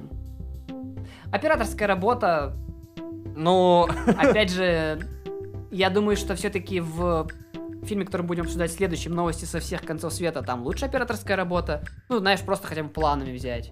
операторская работа. Но Опять же, я думаю, что все-таки в фильме, который будем обсуждать следующем, «Новости со всех концов света», там лучше операторская работа. Ну, знаешь, просто хотя бы планами взять.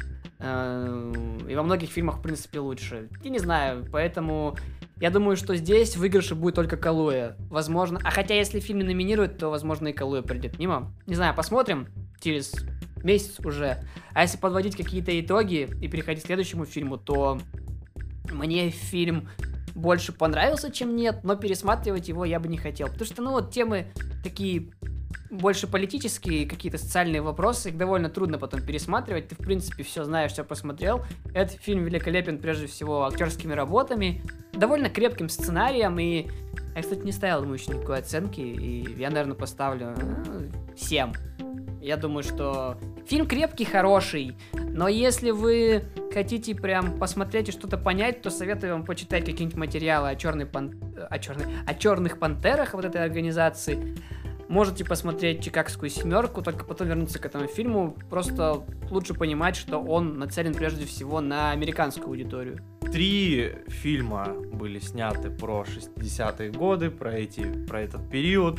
И во многих фильмах, в принципе, лучше. Я не знаю, поэтому я думаю, что здесь в выигрыше будет только Калуя. Возможно. А хотя, если фильм не номинируют, то, возможно, и Калуя придет мимо. Не знаю, посмотрим через месяц уже. А если подводить какие-то итоги и переходить к следующему фильму, то мне фильм больше понравился, чем нет, но пересматривать его я бы не хотел. Потому что, ну, вот темы такие больше политические, какие-то социальные вопросы, их довольно трудно потом пересматривать. Ты, в принципе, все знаешь, все посмотрел. Этот фильм великолепен, прежде всего, актерскими работами, довольно крепким сценарием, и я, кстати, не ставил ему еще никакой оценки, и я, наверное, поставлю 7. Я думаю, что фильм крепкий, хороший, но если вы хотите прям посмотреть и что-то понять, то советую вам почитать какие-нибудь материалы о черных пантерах вот этой организации. Можете посмотреть «Чикагскую семерку», только потом вернуться к этому фильму. Просто лучше понимать, что он нацелен прежде всего на американскую аудиторию. 3 фильма были сняты про 60-е годы, про этот период.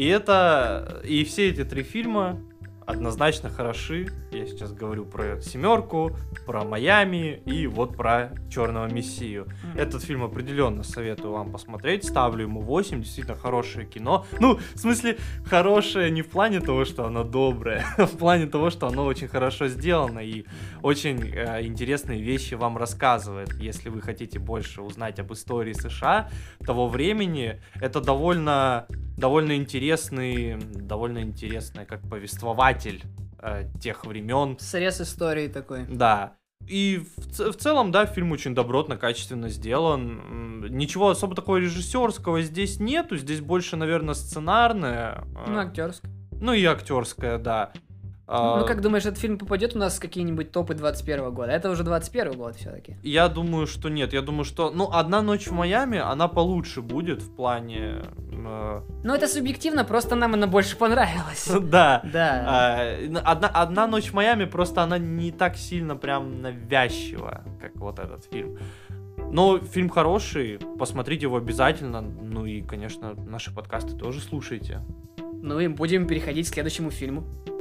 И все эти 3 фильма однозначно хороши. Я сейчас говорю про «Семерку», про «Майами» и вот про «Черного мессию». Этот фильм определенно советую вам посмотреть. Ставлю ему 8. Действительно хорошее кино. Ну, в смысле, хорошее не в плане того, что оно доброе, а в плане того, что оно очень хорошо сделано и очень интересные вещи вам рассказывает. Если вы хотите больше узнать об истории США того времени, это довольно интересный как повествователь тех времен. Срез истории такой. Да. И в целом, да, фильм очень добротно, качественно сделан. Ничего особо такого режиссерского здесь нету. Здесь больше, наверное, сценарное. Ну, актерское. Ну и актерское, да. Ну, как думаешь, этот фильм попадет у нас в какие-нибудь топы 21 года? Это уже 21 год все-таки. Я думаю, что нет. Я думаю, что... Ну, «Одна ночь в Майами», она получше будет в плане... Ну, это субъективно, просто нам она больше понравилась. Да. Да. «Одна ночь в Майами», просто она не так сильно прям навязчива, как вот этот фильм. Но фильм хороший, посмотрите его обязательно. Ну и, конечно, наши подкасты тоже слушайте. Ну и будем переходить к следующему фильму.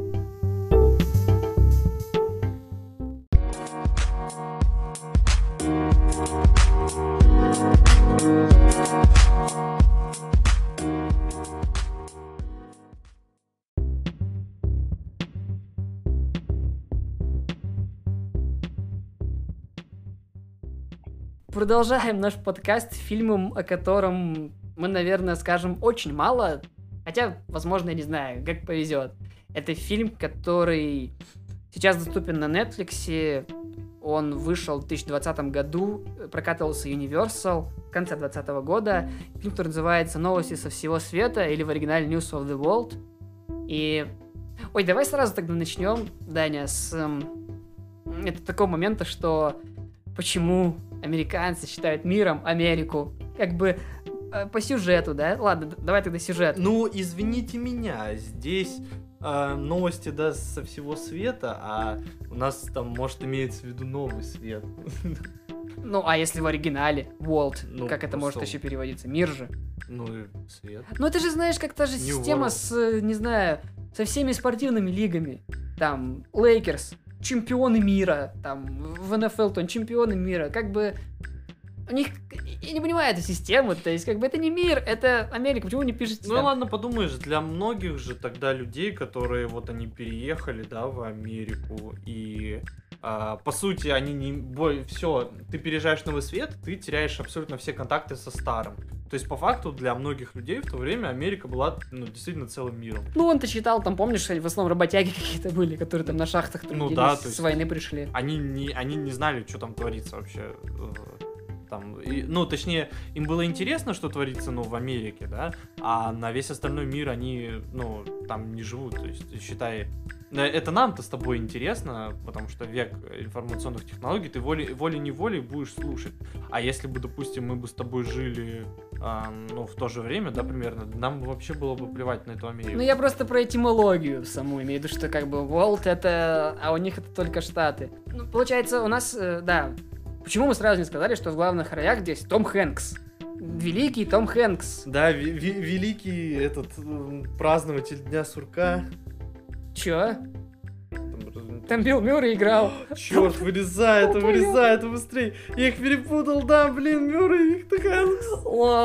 Продолжаем наш подкаст фильмом, о котором мы, наверное, скажем очень мало, хотя, возможно, я не знаю, как повезет. Это фильм, который сейчас доступен на Netflix, он вышел в 2020 году, прокатывался Universal в конце 2020 года. Фильм, который называется «Новости со всего света» или в оригинале «News of the World». И... Ой, давай сразу тогда начнем, Даня, с это такого момента, что почему американцы считают миром Америку, как бы по сюжету, да? Ладно, давай тогда сюжет. Ну, извините меня, здесь новости, да, со всего света, а у нас там, может, имеется в виду новый свет. Ну, а если в оригинале World, Ну, как это может еще переводиться? Мир же. Ну, и свет. Ну, ты же знаешь, как та же New система World. с, не знаю, со всеми спортивными лигами. Там, Лейкерс, чемпионы мира, там, в НФЛ, то чемпионы мира, как бы, у них, я не понимаю эту систему, то есть, как бы, это не мир, это Америка, почему вы не пишете Ну там? ладно, подумаешь, для многих же тогда людей, которые вот они переехали, да, в Америку, и по сути они не... Все, ты переезжаешь в новый свет, ты теряешь абсолютно все контакты со старым. То есть, по факту, для многих людей в то время Америка была, ну, действительно целым миром. Ну, он-то считал, там, помнишь, в основном работяги какие-то были, которые там на шахтах трудились, да, то есть с войны пришли. Они не знали, что там творится вообще. Там, ну, точнее, им было интересно, что творится, ну, в Америке, да, а на весь остальной мир они, ну, там не живут. То есть, считай, это нам-то с тобой интересно, потому что век информационных технологий, ты волей-неволей будешь слушать. А если бы, допустим, мы бы с тобой жили, ну, в то же время, да, примерно, нам бы вообще было бы плевать на эту Америку. Ну, я просто про этимологию саму имею в виду, что как бы World это, а у них это только Штаты. Ну, получается, у нас, да, почему мы сразу не сказали, что в главных ролях здесь Том Хэнкс? Великий Том Хэнкс. Да, великий этот празднователь Дня сурка. Чё? Там Билл Мюррей играл. Черт, вырезай это быстрее. Я их перепутал, да, блин, Мюррей, их Хэнкс.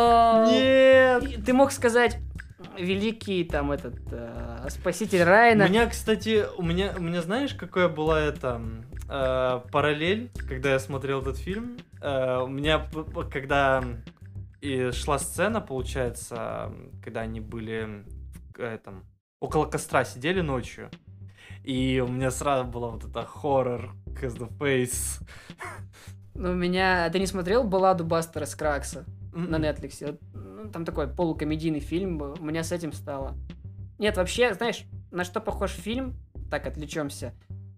Нет. Ты мог сказать великий там этот спаситель Райана. У меня, кстати, у меня знаешь, какая была эта параллель, когда я смотрел этот фильм? У меня, когда и шла сцена, получается, когда они были около костра сидели ночью, и у меня сразу была вот эта хоррор, cause the face. Ну, у меня... Ты не смотрел «Балладу Бастера Скраггса» на Netflix? Ну, там такой полукомедийный фильм был. У меня с этим стало. Нет, вообще, знаешь, на что похож фильм? Так, отвлечемся.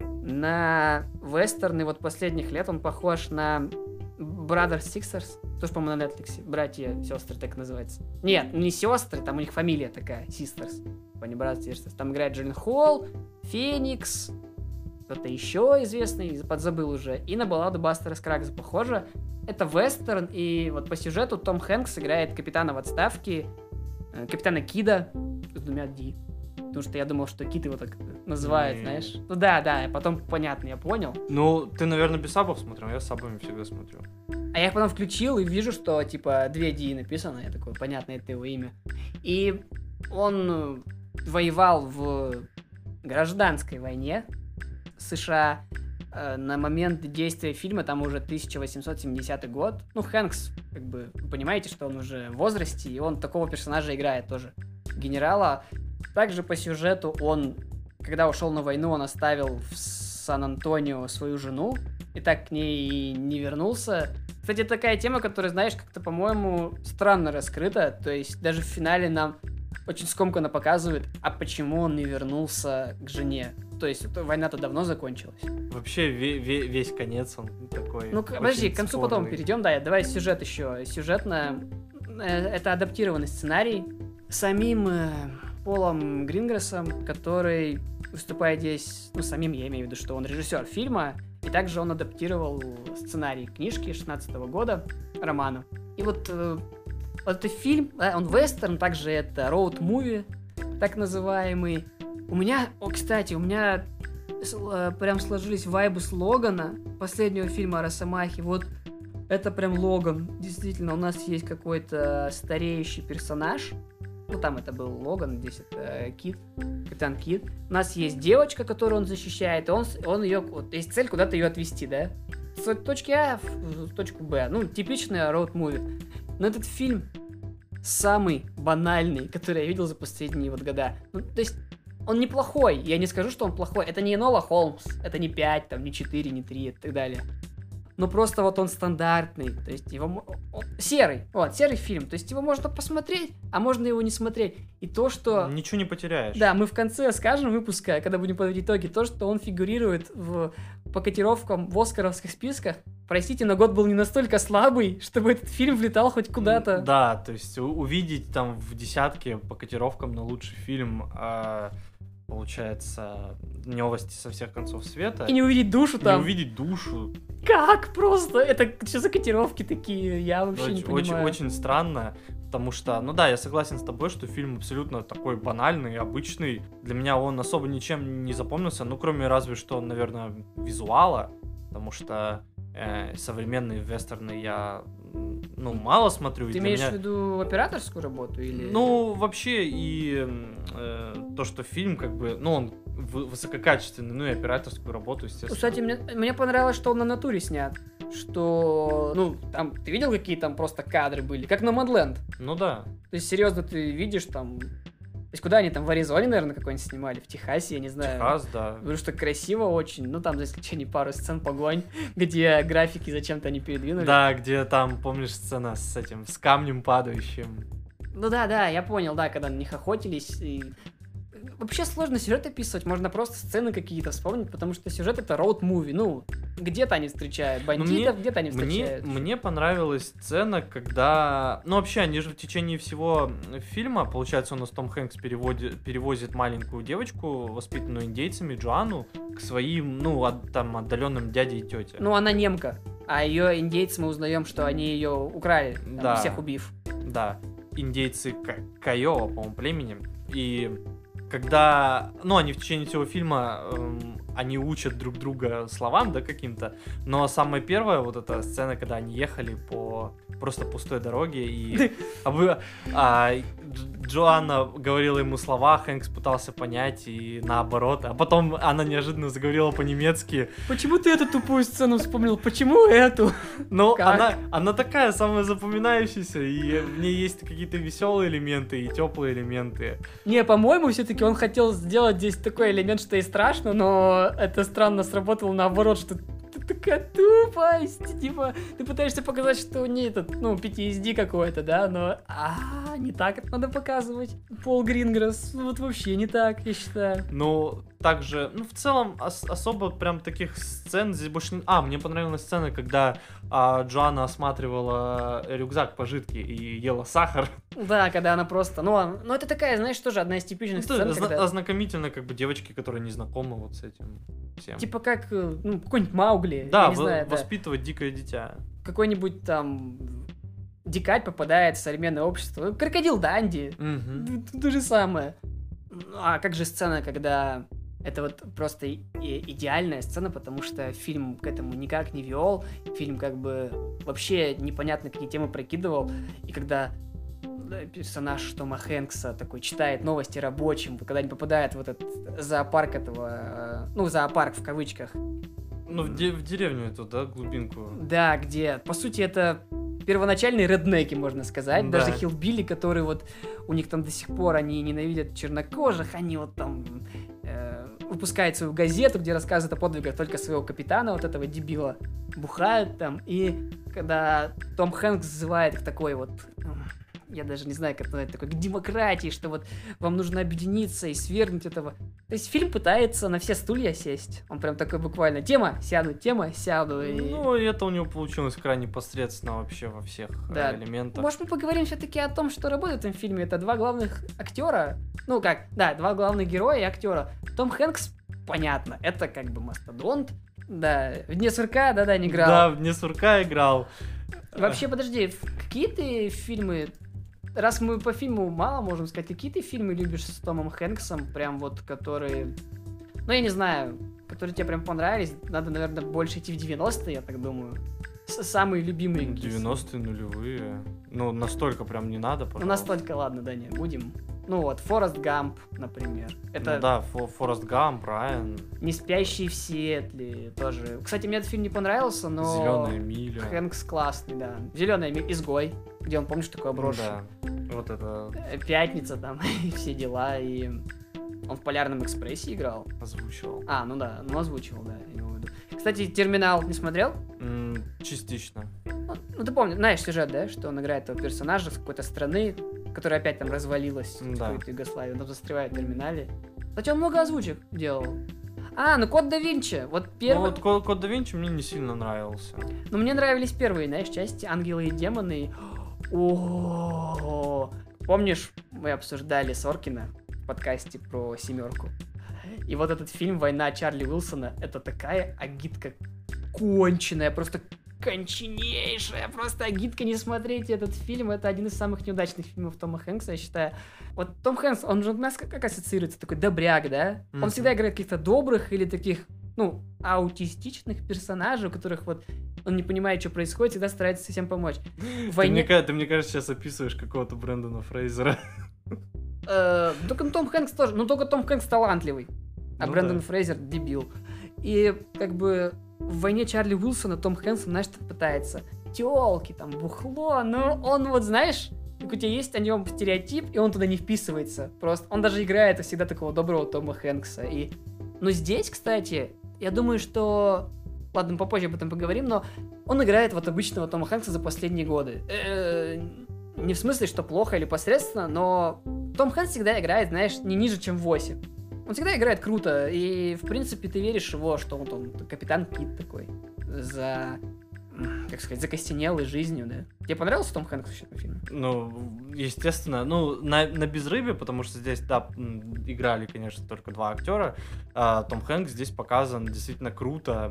На вестерны вот последних лет он похож на Brothers Sisters. Тоже, по-моему, на Netflix. Братья, сестры, так называется. Нет, не сестры, там у них фамилия такая, Sisters. Не Brothers Sisters. Там играет Джилленхол, Феникс, кто-то еще известный, подзабыл уже. И на «Балладу Бастера Скраггса» похоже. Это вестерн, и вот по сюжету Том Хэнкс играет капитана в отставке, капитана Кида с двумя «Д». Потому что я думал, что Кит его так называют, знаешь. Ну да, потом понятно, я понял. Ну, ты, наверное, без сабов смотрел, я с сабами всегда смотрю. А я их потом включил и вижу, что типа 2D написано, я такой, понятно, это его имя. И он воевал в гражданской войне США. На момент действия фильма там уже 1870 год. Ну, Хэнкс, как бы, вы понимаете, что он уже в возрасте, и он такого персонажа играет тоже. Генерала. Также по сюжету он, когда ушел на войну, он оставил в Сан-Антонио свою жену, и так к ней и не вернулся. Кстати, это такая тема, которая, знаешь, как-то, по-моему, странно раскрыта. То есть даже в финале нам очень скомканно показывают, а почему он не вернулся к жене. То есть война-то давно закончилась. Вообще весь конец он такой. Ну, подожди, к концу потом перейдем, да, давай сюжет еще. Сюжетно, это адаптированный сценарий самим Полом Гринграссом, который выступает здесь, ну, самим, я имею в виду, что он режиссер фильма, и также он адаптировал сценарий книжки 16 года, роману. И вот этот фильм, он вестерн, также это роуд-муви, так называемый. У меня прям сложились вайбы с Логана, последнего фильма о Росомахе. Вот это прям Логан. Действительно, у нас есть какой-то стареющий персонаж. Ну, там это был Логан, здесь это Кит, капитан Кит. У нас есть девочка, которую он защищает, и он ее... Вот, есть цель куда-то ее отвезти, да? С точки А в точку Б. Ну, типичный роуд-муви. Но этот фильм самый банальный, который я видел за последние вот года. Ну, то есть, он неплохой. Я не скажу, что он плохой. Это не Энола Холмс. Это не 5, там, не 4, не 3 и так далее. Но просто вот он стандартный. То есть, его... серый. Вот, серый фильм. То есть, его можно посмотреть, а можно его не смотреть. И то, что... Ничего не потеряешь. Да, мы в конце скажем выпуска, когда будем подводить итоги, то, что он фигурирует по котировкам в оскаровских списках. Простите, но год был не настолько слабый, чтобы этот фильм влетал хоть куда-то. Да, то есть увидеть там в десятке по котировкам на лучший фильм, получается, новости со всех концов света. И не увидеть душу там. Не увидеть душу. Как просто? Это что за котировки такие? Я вообще не понимаю. Очень странно, потому что, ну да, я согласен с тобой, что фильм абсолютно такой банальный, обычный. Для меня он особо ничем не запомнился, ну кроме разве что, наверное, визуала, потому что современные вестерны я, ну, мало смотрю. Ты имеешь в виду операторскую работу или? Ну, вообще, и то, что фильм, как бы, ну, он высококачественную, ну и операторскую работу, естественно. Кстати, мне понравилось, что он на натуре снят. Что, ну, там, ты видел, какие там просто кадры были? Как на Модленд. Ну да. То есть, серьезно, ты видишь там... То есть, куда они там, в Аризоне, наверное, какой-нибудь снимали? В Техасе, я не знаю. Техас, да. Говорю, что красиво очень. Ну, там, за исключением пару сцен погонь, где графики зачем-то они передвинули. Да, где там, помнишь, сцена с этим, с камнем падающим. Ну да, я понял, да, когда на них охотились. И... Вообще сложно сюжет описывать, можно просто сцены какие-то вспомнить, потому что сюжет это роуд-муви. Ну, где-то они встречают бандитов, где-то они встречают. Мне понравилась сцена, когда... Ну, вообще, они же в течение всего фильма, получается, у нас Том Хэнкс перевозит маленькую девочку, воспитанную индейцами, Джоанну, к своим, ну, там, отдаленным дяде и тете. Ну, она немка, а ее индейцы мы узнаем, что они ее украли, там, да. всех убив. Да, индейцы Кайоа, по-моему, племени. И когда, ну, они в течение всего фильма, они учат друг друга словам, да, каким-то, но самая первая вот эта сцена, когда они ехали по просто пустой дороге, и Джоанна говорила ему слова, Хэнкс пытался понять, и наоборот, а потом она неожиданно заговорила по-немецки. Почему ты эту тупую сцену вспомнил? Почему эту? Ну, она такая самая запоминающаяся, и в ней есть какие-то веселые элементы и теплые элементы. Не, по-моему, все-таки он хотел сделать здесь такой элемент, что и страшно, но это странно сработало наоборот, что такая тупость, типа, ты пытаешься показать, что у нее этот, ну, PTSD какой-то, да, но, не так это надо показывать. Пол Гринграсс, вот вообще не так, я считаю. Ну, также, ну, в целом, особо прям таких сцен здесь больше не... мне понравилась сцена, когда Джоанна осматривала рюкзак пожитки и ела сахар. Да, когда она просто, ну это такая, знаешь, тоже одна из типичных сцен, когда... Ознакомительно, как бы, девочки, которые не знакомы вот с этим всем. Типа как, ну, какой-нибудь Маугли, да, я не знаю, воспитывать дикое дитя. Какой-нибудь там дикарь попадает в современное общество. Крокодил Данди. То же самое. А как же сцена, когда... Это вот просто идеальная сцена, потому что фильм к этому никак не вел. Фильм как бы вообще непонятно какие темы прокидывал. И когда персонаж Тома Хэнкса такой читает новости рабочим, когда они попадают в этот зоопарк этого... Ну, зоопарк в кавычках. Ну, в деревню эту, да, глубинку. Да, где, по сути, это первоначальные реднеки, можно сказать. Да. Даже хиллбилли, которые вот... У них там до сих пор они ненавидят чернокожих, они вот там... выпускают свою газету, где рассказывают о подвигах только своего капитана, вот этого дебила, бухают там, и когда Том Хэнкс называет их такой вот, я даже не знаю, как это такой, к демократии, что вот вам нужно объединиться и свергнуть этого. То есть фильм пытается на все стулья сесть. Он прям такой буквально, тема, сяду. И... Ну, и это у него получилось крайне посредственно вообще во всех элементах. Может, мы поговорим все-таки о том, что работает в этом фильме. Это два главных актера. Ну, как, да, два главных героя и актера. Том Хэнкс, понятно, это как бы мастодонт. Да, в «Дне сурка», да, не играл. Да, в «Дне сурка» играл. Вообще, подожди, какие ты фильмы... Раз мы по фильму мало можем сказать, какие ты фильмы любишь с Томом Хэнксом, прям вот, которые... Ну, я не знаю, которые тебе прям понравились. Надо, наверное, больше идти в 90-е, я так думаю. Самые любимые. 90-е, нулевые. Ну, настолько прям не надо, пожалуйста. Ну, настолько, ладно, да, не будем. Ну вот, Форест Гамп, например. Это... Ну да, Форест Гамп, Райан. «Не спящие в Сиэтле» тоже. Кстати, мне этот фильм не понравился, но... «Зеленая миля». Хэнкс классный, да. «Зеленая миля», «Изгой», где он, помнишь, такой обросший. Да, вот это... «Пятница» там, и все дела, и... Он в «Полярном экспрессе» играл. Озвучивал. Ну озвучивал, да, я имею в виду. Кстати, «Терминал» не смотрел? Частично. Ну, ты помнишь, знаешь сюжет, да, что он играет этого персонажа с какой-то страны, которая опять там развалилась, какую-то Югославию, он застревает в терминале. Кстати, он много озвучек делал. Ну «Код да Винчи», вот первый... Ну вот «Код да Винчи» мне не сильно нравился. Но мне нравились первые, знаешь, части «Ангелы и демоны». Помнишь, мы обсуждали Соркина в подкасте про «Семерку». И вот этот фильм «Война Чарли Уилсона» — это такая агитка конченая, просто конченейшая, просто агитка, не смотрите этот фильм, это один из самых неудачных фильмов Тома Хэнкса, я считаю. Вот Том Хэнкс, он же у нас как ассоциируется, такой добряк, да? Он всегда играет каких-то добрых или таких, ну, аутистичных персонажей, у которых вот он не понимает, что происходит, всегда старается всем помочь. Ты, мне кажется, сейчас описываешь какого-то Брэндона Фрейзера. Только Том Хэнкс тоже, только Том Хэнкс талантливый. а Ну Брэндон да. Фрейзер дебил. И как бы в «Войне Чарли Уилсона» Том Хэнкс, знаешь, что пытается. Тёлки, там, бухло, но он вот, знаешь, как у тебя есть о нем стереотип, и он туда не вписывается. Просто он даже играет всегда такого доброго Тома Хэнкса. Но здесь, кстати, я думаю, что... Ладно, попозже об этом поговорим, но он играет вот обычного Тома Хэнкса за последние годы. Не в смысле, что плохо или посредственно, но Том Хэнкс всегда играет, знаешь, не ниже, чем 8. Он всегда играет круто, и, в принципе, ты веришь его, что он там капитан Кит такой, как сказать, закостенелой жизнью, да. Тебе понравился Том Хэнкс в этом фильме? Ну, естественно, ну, на безрыбье, потому что здесь, да, играли, конечно, только 2 актера. Том Хэнкс здесь показан действительно круто.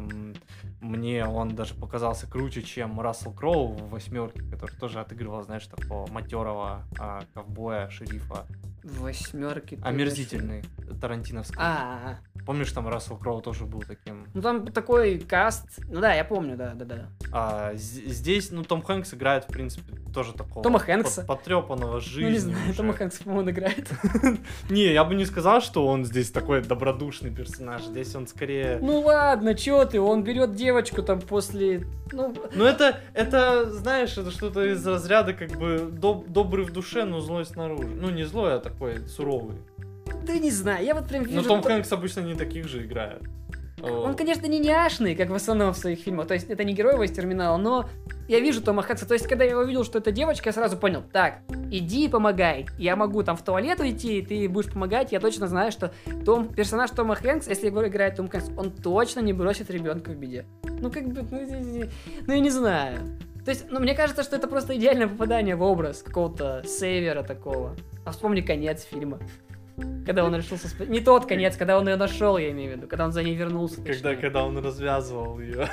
Мне он даже показался круче, чем Рассел Кроу в «Восьмерке», который тоже отыгрывал, знаешь, такого матерого ковбоя, шерифа. В «Восьмерке». Омерзительный, тарантиновский. Помнишь, там Рассел Кроу тоже был таким? Ну, там такой каст. Ну да, я помню, да. Здесь, ну, Том Хэнкс играет, в принципе, тоже такого... Тома Хэнкса? Потрепанного жизнью. Ну, не знаю, уже. Тома Хэнкс, по-моему, он играет. Не, я бы не сказал, что он здесь такой добродушный персонаж. Здесь он скорее... Ну ладно, чё ты, он берет девочку там после... Ну, это, знаешь, это что-то из разряда как бы добрый в душе, но злой снаружи. Ну, не злой, а такой суровый. Да не знаю, я вот прям вижу... Но Том Хэнкс обычно не таких же играет. Он, конечно, не няшный, как в основном в своих фильмах. То есть это не герой из «Терминала», но я вижу Тома Хэнкса. То есть, когда я увидел, что это девочка, я сразу понял: так, иди и помогай. Я могу там в туалет уйти, ты будешь помогать. Я точно знаю, что персонаж Тома Хэнкс, если его играет Том Хэнкс, он точно не бросит ребенка в беде. Ну, как бы, ну, я не знаю. То есть, ну, мне кажется, что это просто идеальное попадание в образ какого-то сейвера такого. А вспомни конец фильма. Когда он решился... Не тот конец, когда он ее нашел, я имею в виду. Когда он за ней вернулся. Когда он развязывал ее.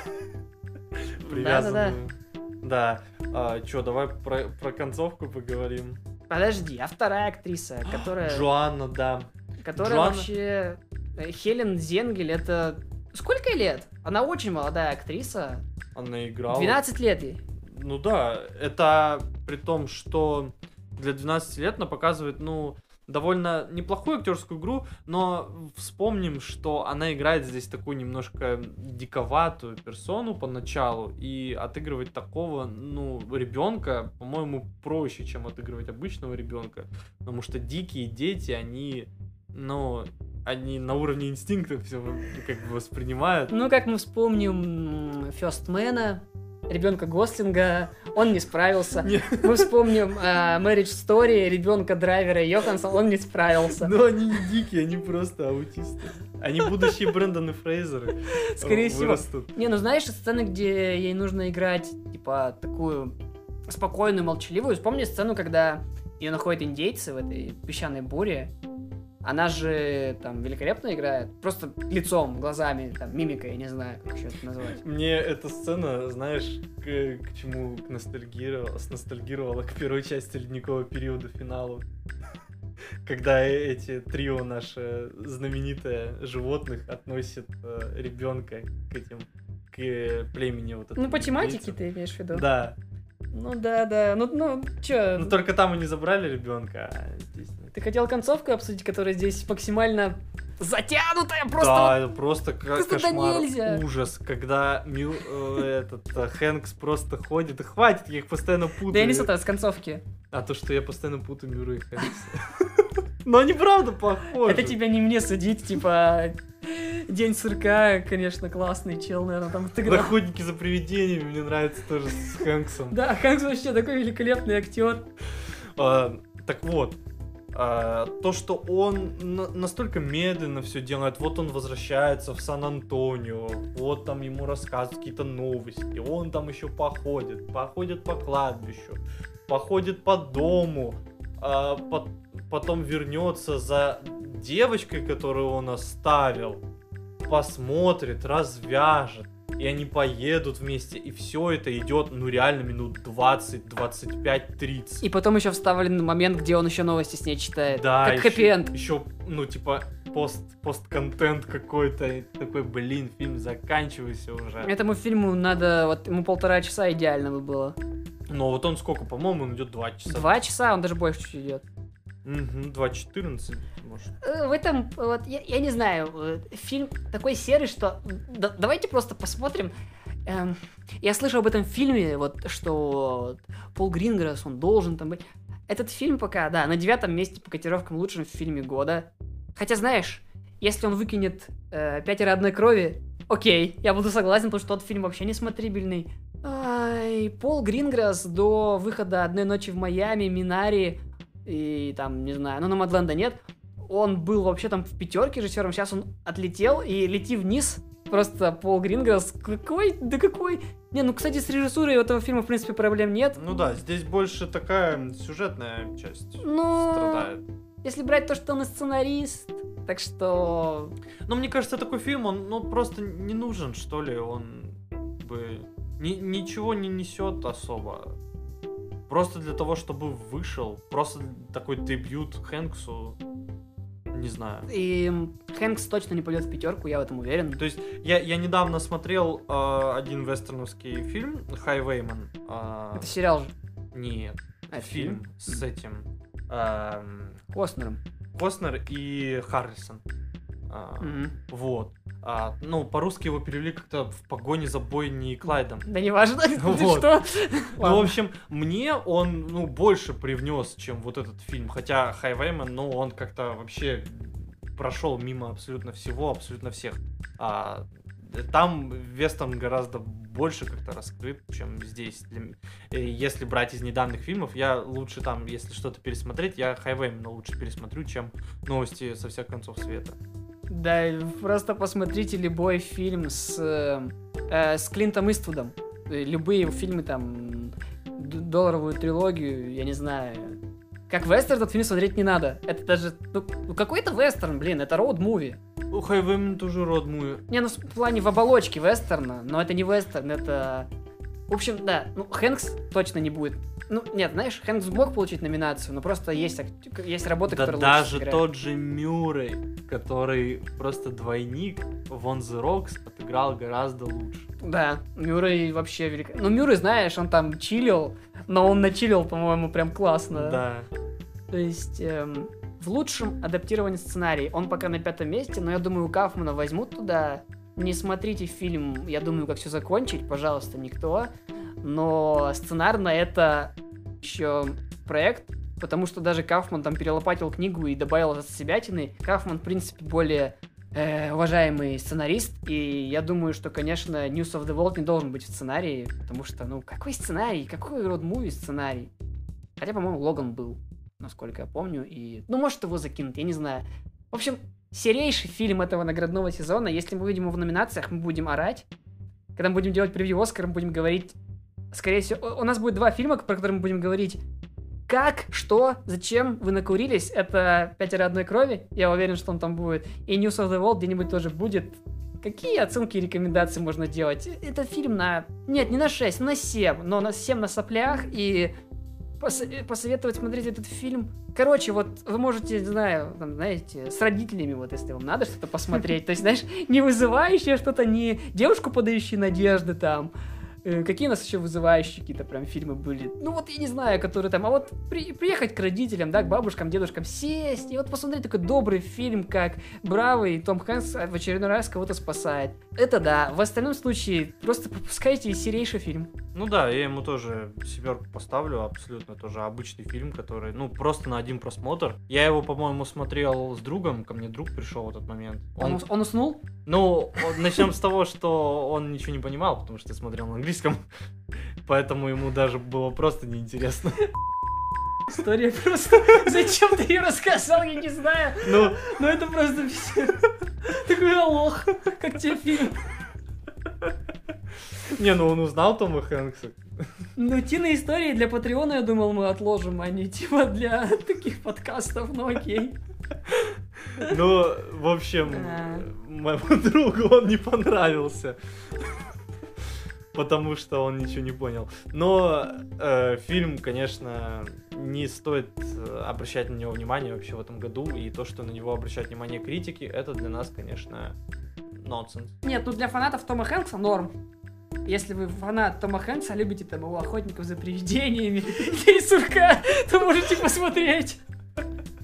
Привязанную. Да. Чё, давай про концовку поговорим. Подожди, а вторая актриса, которая... Джоанна, да. Которая вообще... Хелен Зенгель, это... Сколько ей лет? Она очень молодая актриса. Она играла... 12 лет ей. Ну да, это при том, что для 12 лет она показывает, ну... довольно неплохую актерскую игру, но вспомним, что она играет здесь такую немножко диковатую персону поначалу, и отыгрывать такого, ну, ребенка, по-моему, проще, чем отыгрывать обычного ребенка, потому что дикие дети, они, ну, они на уровне инстинктов все как бы воспринимают. Ну, как мы вспомним Фёстмена, ребенка Гослинга, он не справился. Мы вспомним Marriage Story, ребенка драйвера Йоханссон, он не справился. Но они не дикие, они просто аутисты. Они будущие Брэндоны Фрейзеры. Скорее всего. Вырастут. Не, ну знаешь, сцены, где ей нужно играть, типа, такую спокойную, молчаливую. Вспомни сцену, когда ее находят индейцы в этой песчаной буре. Она же там великолепно играет. Просто лицом, глазами, там, мимикой, я не знаю, как еще это назвать. Мне эта сцена, знаешь, к чему ностальгировала к первой части «Ледникового периода», финалу. Когда эти трио наше знаменитое животных относит ребенка к племени вот этого. Ну, по тематике ты имеешь в виду? Да. Ну да. Ну, чё? Но только там они забрали ребенка, а здесь нет. Ты хотел концовку обсудить, которая здесь максимально затянутая, просто... Да, это просто кошмар, да нельзя. Ужас, когда Хэнкс просто ходит, и хватит, я их постоянно путаю. Да я не с концовки. А то, что я постоянно путаю Мюррея и Хэнкса. Но они правда похожи. Это тебя не мне судить, типа... День сырка, конечно, классный чел, наверное, там отыграл. «Охотники за привидениями» мне нравится тоже с Хэнксом. Да, Хэнкс вообще такой великолепный актер. Так вот, то, что он настолько медленно все делает, вот он возвращается в Сан-Антонио, вот там ему рассказывают какие-то новости, он там еще походит по кладбищу, походит по дому, потом вернется за девочкой, которую он оставил, посмотрит, развяжет, и они поедут вместе, и все это идет, ну, реально минут 20, 25, 30. И потом еще вставлен момент, где он еще новости с ней читает. Да, как хэппи-энд. Еще, ну, типа, пост-контент какой-то, и такой, блин, фильм, заканчивайся уже. Этому фильму надо, вот, ему 1,5 часа идеально бы было. Но вот он сколько, по-моему, он идет 2 часа. 2 часа, он даже больше чуть идет. 2.14, может. В этом, вот, я не знаю, фильм такой серый, что... давайте просто посмотрим. Я слышал об этом фильме, вот, что Пол Гринграсс, он должен там быть. Этот фильм пока, да, на 9-м месте по котировкам лучшем фильме года. Хотя, знаешь, если он выкинет «Пятеро одной крови», окей, я буду согласен, потому что тот фильм вообще не смотрибельный. Пол Гринграсс до выхода «Одной ночи в Майами», «Минари» и там, не знаю, «Номадленда» нет. Он был вообще там в 5 режиссером, сейчас он отлетел и лети вниз. Просто Пол Гринграсс, какой? Да какой? Не, ну, кстати, с режиссурой у этого фильма, в принципе, проблем нет. Ну да, здесь больше такая сюжетная часть Ну, страдает. Если брать то, что он и сценарист, так что... Но мне кажется, такой фильм, он просто не нужен, что ли, он бы ничего не несет особо. Просто для того, чтобы вышел, просто такой дебют Хэнксу, не знаю. И Хэнкс точно не пойдет в 5, я в этом уверен. То есть, я недавно смотрел один вестерновский фильм, «Хайвеймен». Это сериал же. Нет, Это фильм с этим... Костнером. Костнер и Харрисон. Вот. Ну, по-русски его перевели как-то «В погоне за Бонни и Клайдом». Да не важно, Вот. что. Ну, в общем, мне он, больше привнес, чем вот этот фильм. Хотя Хайвеймен, он как-то вообще прошел мимо абсолютно всего, абсолютно всех. Там вестерн гораздо больше как-то раскрыт, чем здесь. Если брать из недавних фильмов, я лучше там, если что-то пересмотреть, я Хайвеймена лучше пересмотрю, чем новости со всех концов света. Да, просто посмотрите любой фильм с Клинтом Иствудом. Любые его фильмы, там, долларовую трилогию, я не знаю. Как вестерн этот фильм смотреть не надо. Это даже, какой-то вестерн, блин, это роуд-муви. Хайвеймен тоже роуд-муви. Не, в плане в оболочке вестерна, но это не вестерн, это... В общем, да, Хэнкс точно не будет. Нет, знаешь, Хэнкс мог получить номинацию, но просто есть работы, да которые даже лучше тот же Мюррей, который просто двойник в On the Rocks, отыграл гораздо лучше. Да, Мюррей вообще велик. Мюррей, знаешь, он там чилил, но он начилил, по-моему, прям классно. Да. То есть, в лучшем адаптировании сценарий он пока на 5-м месте, но я думаю, Кауфмана возьмут туда. Не смотрите фильм, я думаю, как все закончить, пожалуйста, никто. Но сценарно это еще проект, потому что даже Кауфман там перелопатил книгу и добавил от себятины. Кауфман, в принципе, более уважаемый сценарист, и я думаю, что, конечно, News of the World не должен быть в сценарии, потому что, какой сценарий, какой род-муви сценарий? Хотя, по-моему, Логан был, насколько я помню, и... может, его закинут, я не знаю. В общем, серейший фильм этого наградного сезона. Если мы увидим его в номинациях, мы будем орать. Когда мы будем делать превью Оскара, мы будем говорить... Скорее всего, у нас будет 2 фильма, про которые мы будем говорить. Как, что, зачем вы накурились. Это «Пятеро одной крови». Я уверен, что он там будет. И News of the World где-нибудь тоже будет. Какие оценки и рекомендации можно делать? Это фильм на... Нет, не на 6, на 7. Но на 7 на соплях. И посоветовать смотреть этот фильм. Короче, вот вы можете, не знаю, там, знаете, с родителями, вот если вам надо что-то посмотреть. То есть, знаешь, не вызывающее что-то, не девушку, подающую надежды там. Какие у нас еще вызывающие какие-то прям фильмы были? Я не знаю, которые там... А вот приехать к родителям, да, к бабушкам, дедушкам, сесть и вот посмотреть такой добрый фильм, как «Браво» и Том Хэнкс в очередной раз кого-то спасает. Это да. В остальном случае просто пропускайте серейший фильм. Ну да, я ему тоже 7 поставлю, абсолютно тоже обычный фильм, который, просто на один просмотр. Я его, по-моему, смотрел с другом, ко мне друг пришел в этот момент. Он уснул? Начнем с того, что он ничего не понимал, потому что я смотрел на английском, поэтому ему даже было просто неинтересно. История просто... Зачем ты ее рассказал, я не знаю. Ну это просто... Такой лох, как тебе фильм. Не, он узнал Тома Хэнкса. Утиные истории для Патреона, я думал, мы отложим, а не типа для таких подкастов, окей. В общем, моему другу он не понравился. Потому что он ничего не понял. Но фильм, конечно, не стоит обращать на него внимание вообще в этом году. И то, что на него обращают внимание критики, это для нас, конечно, нонсенс. Нет, для фанатов Тома Хэнкса норм. Если вы фанат Тома Хэнкса, любите там его «Охотников за привидениями» или «Сурка», то можете посмотреть.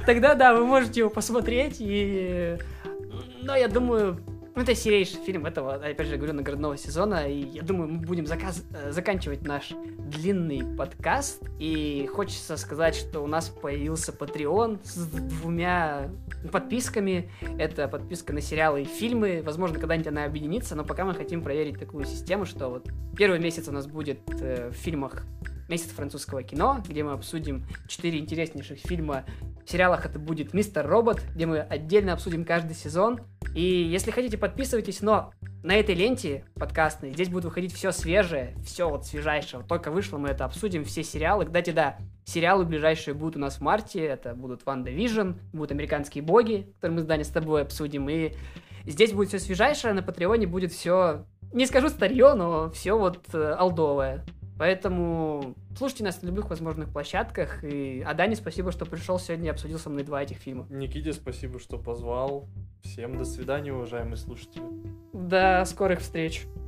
тогда да, вы можете его посмотреть. Но я думаю, это серейший фильм этого, опять же, говорю, наградного сезона. И я думаю, мы будем заканчивать наш длинный подкаст. И хочется сказать, что у нас появился Patreon с 2 подписками. Это подписка на сериалы и фильмы. Возможно, когда-нибудь она объединится, но пока мы хотим проверить такую систему, что вот первый месяц у нас будет в фильмах месяц французского кино, где мы обсудим 4 интереснейших фильма. В сериалах это будет «Мистер Робот», где мы отдельно обсудим каждый сезон. И если хотите, подписывайтесь, но на этой ленте подкастной здесь будет выходить все свежее, все вот свежайшее. Вот только вышло, мы это обсудим, все сериалы. Кстати, да, сериалы ближайшие будут у нас в марте. Это будут WandaVision, будут «Американские боги», которые мы с Даней с тобой обсудим. И здесь будет все свежайшее, на Патреоне будет все, не скажу старье, но все вот олдовое. Поэтому слушайте нас на любых возможных площадках. А Дане спасибо, что пришел сегодня и обсудил со мной 2 этих фильма. Никите спасибо, что позвал. Всем до свидания, уважаемые слушатели. До скорых встреч.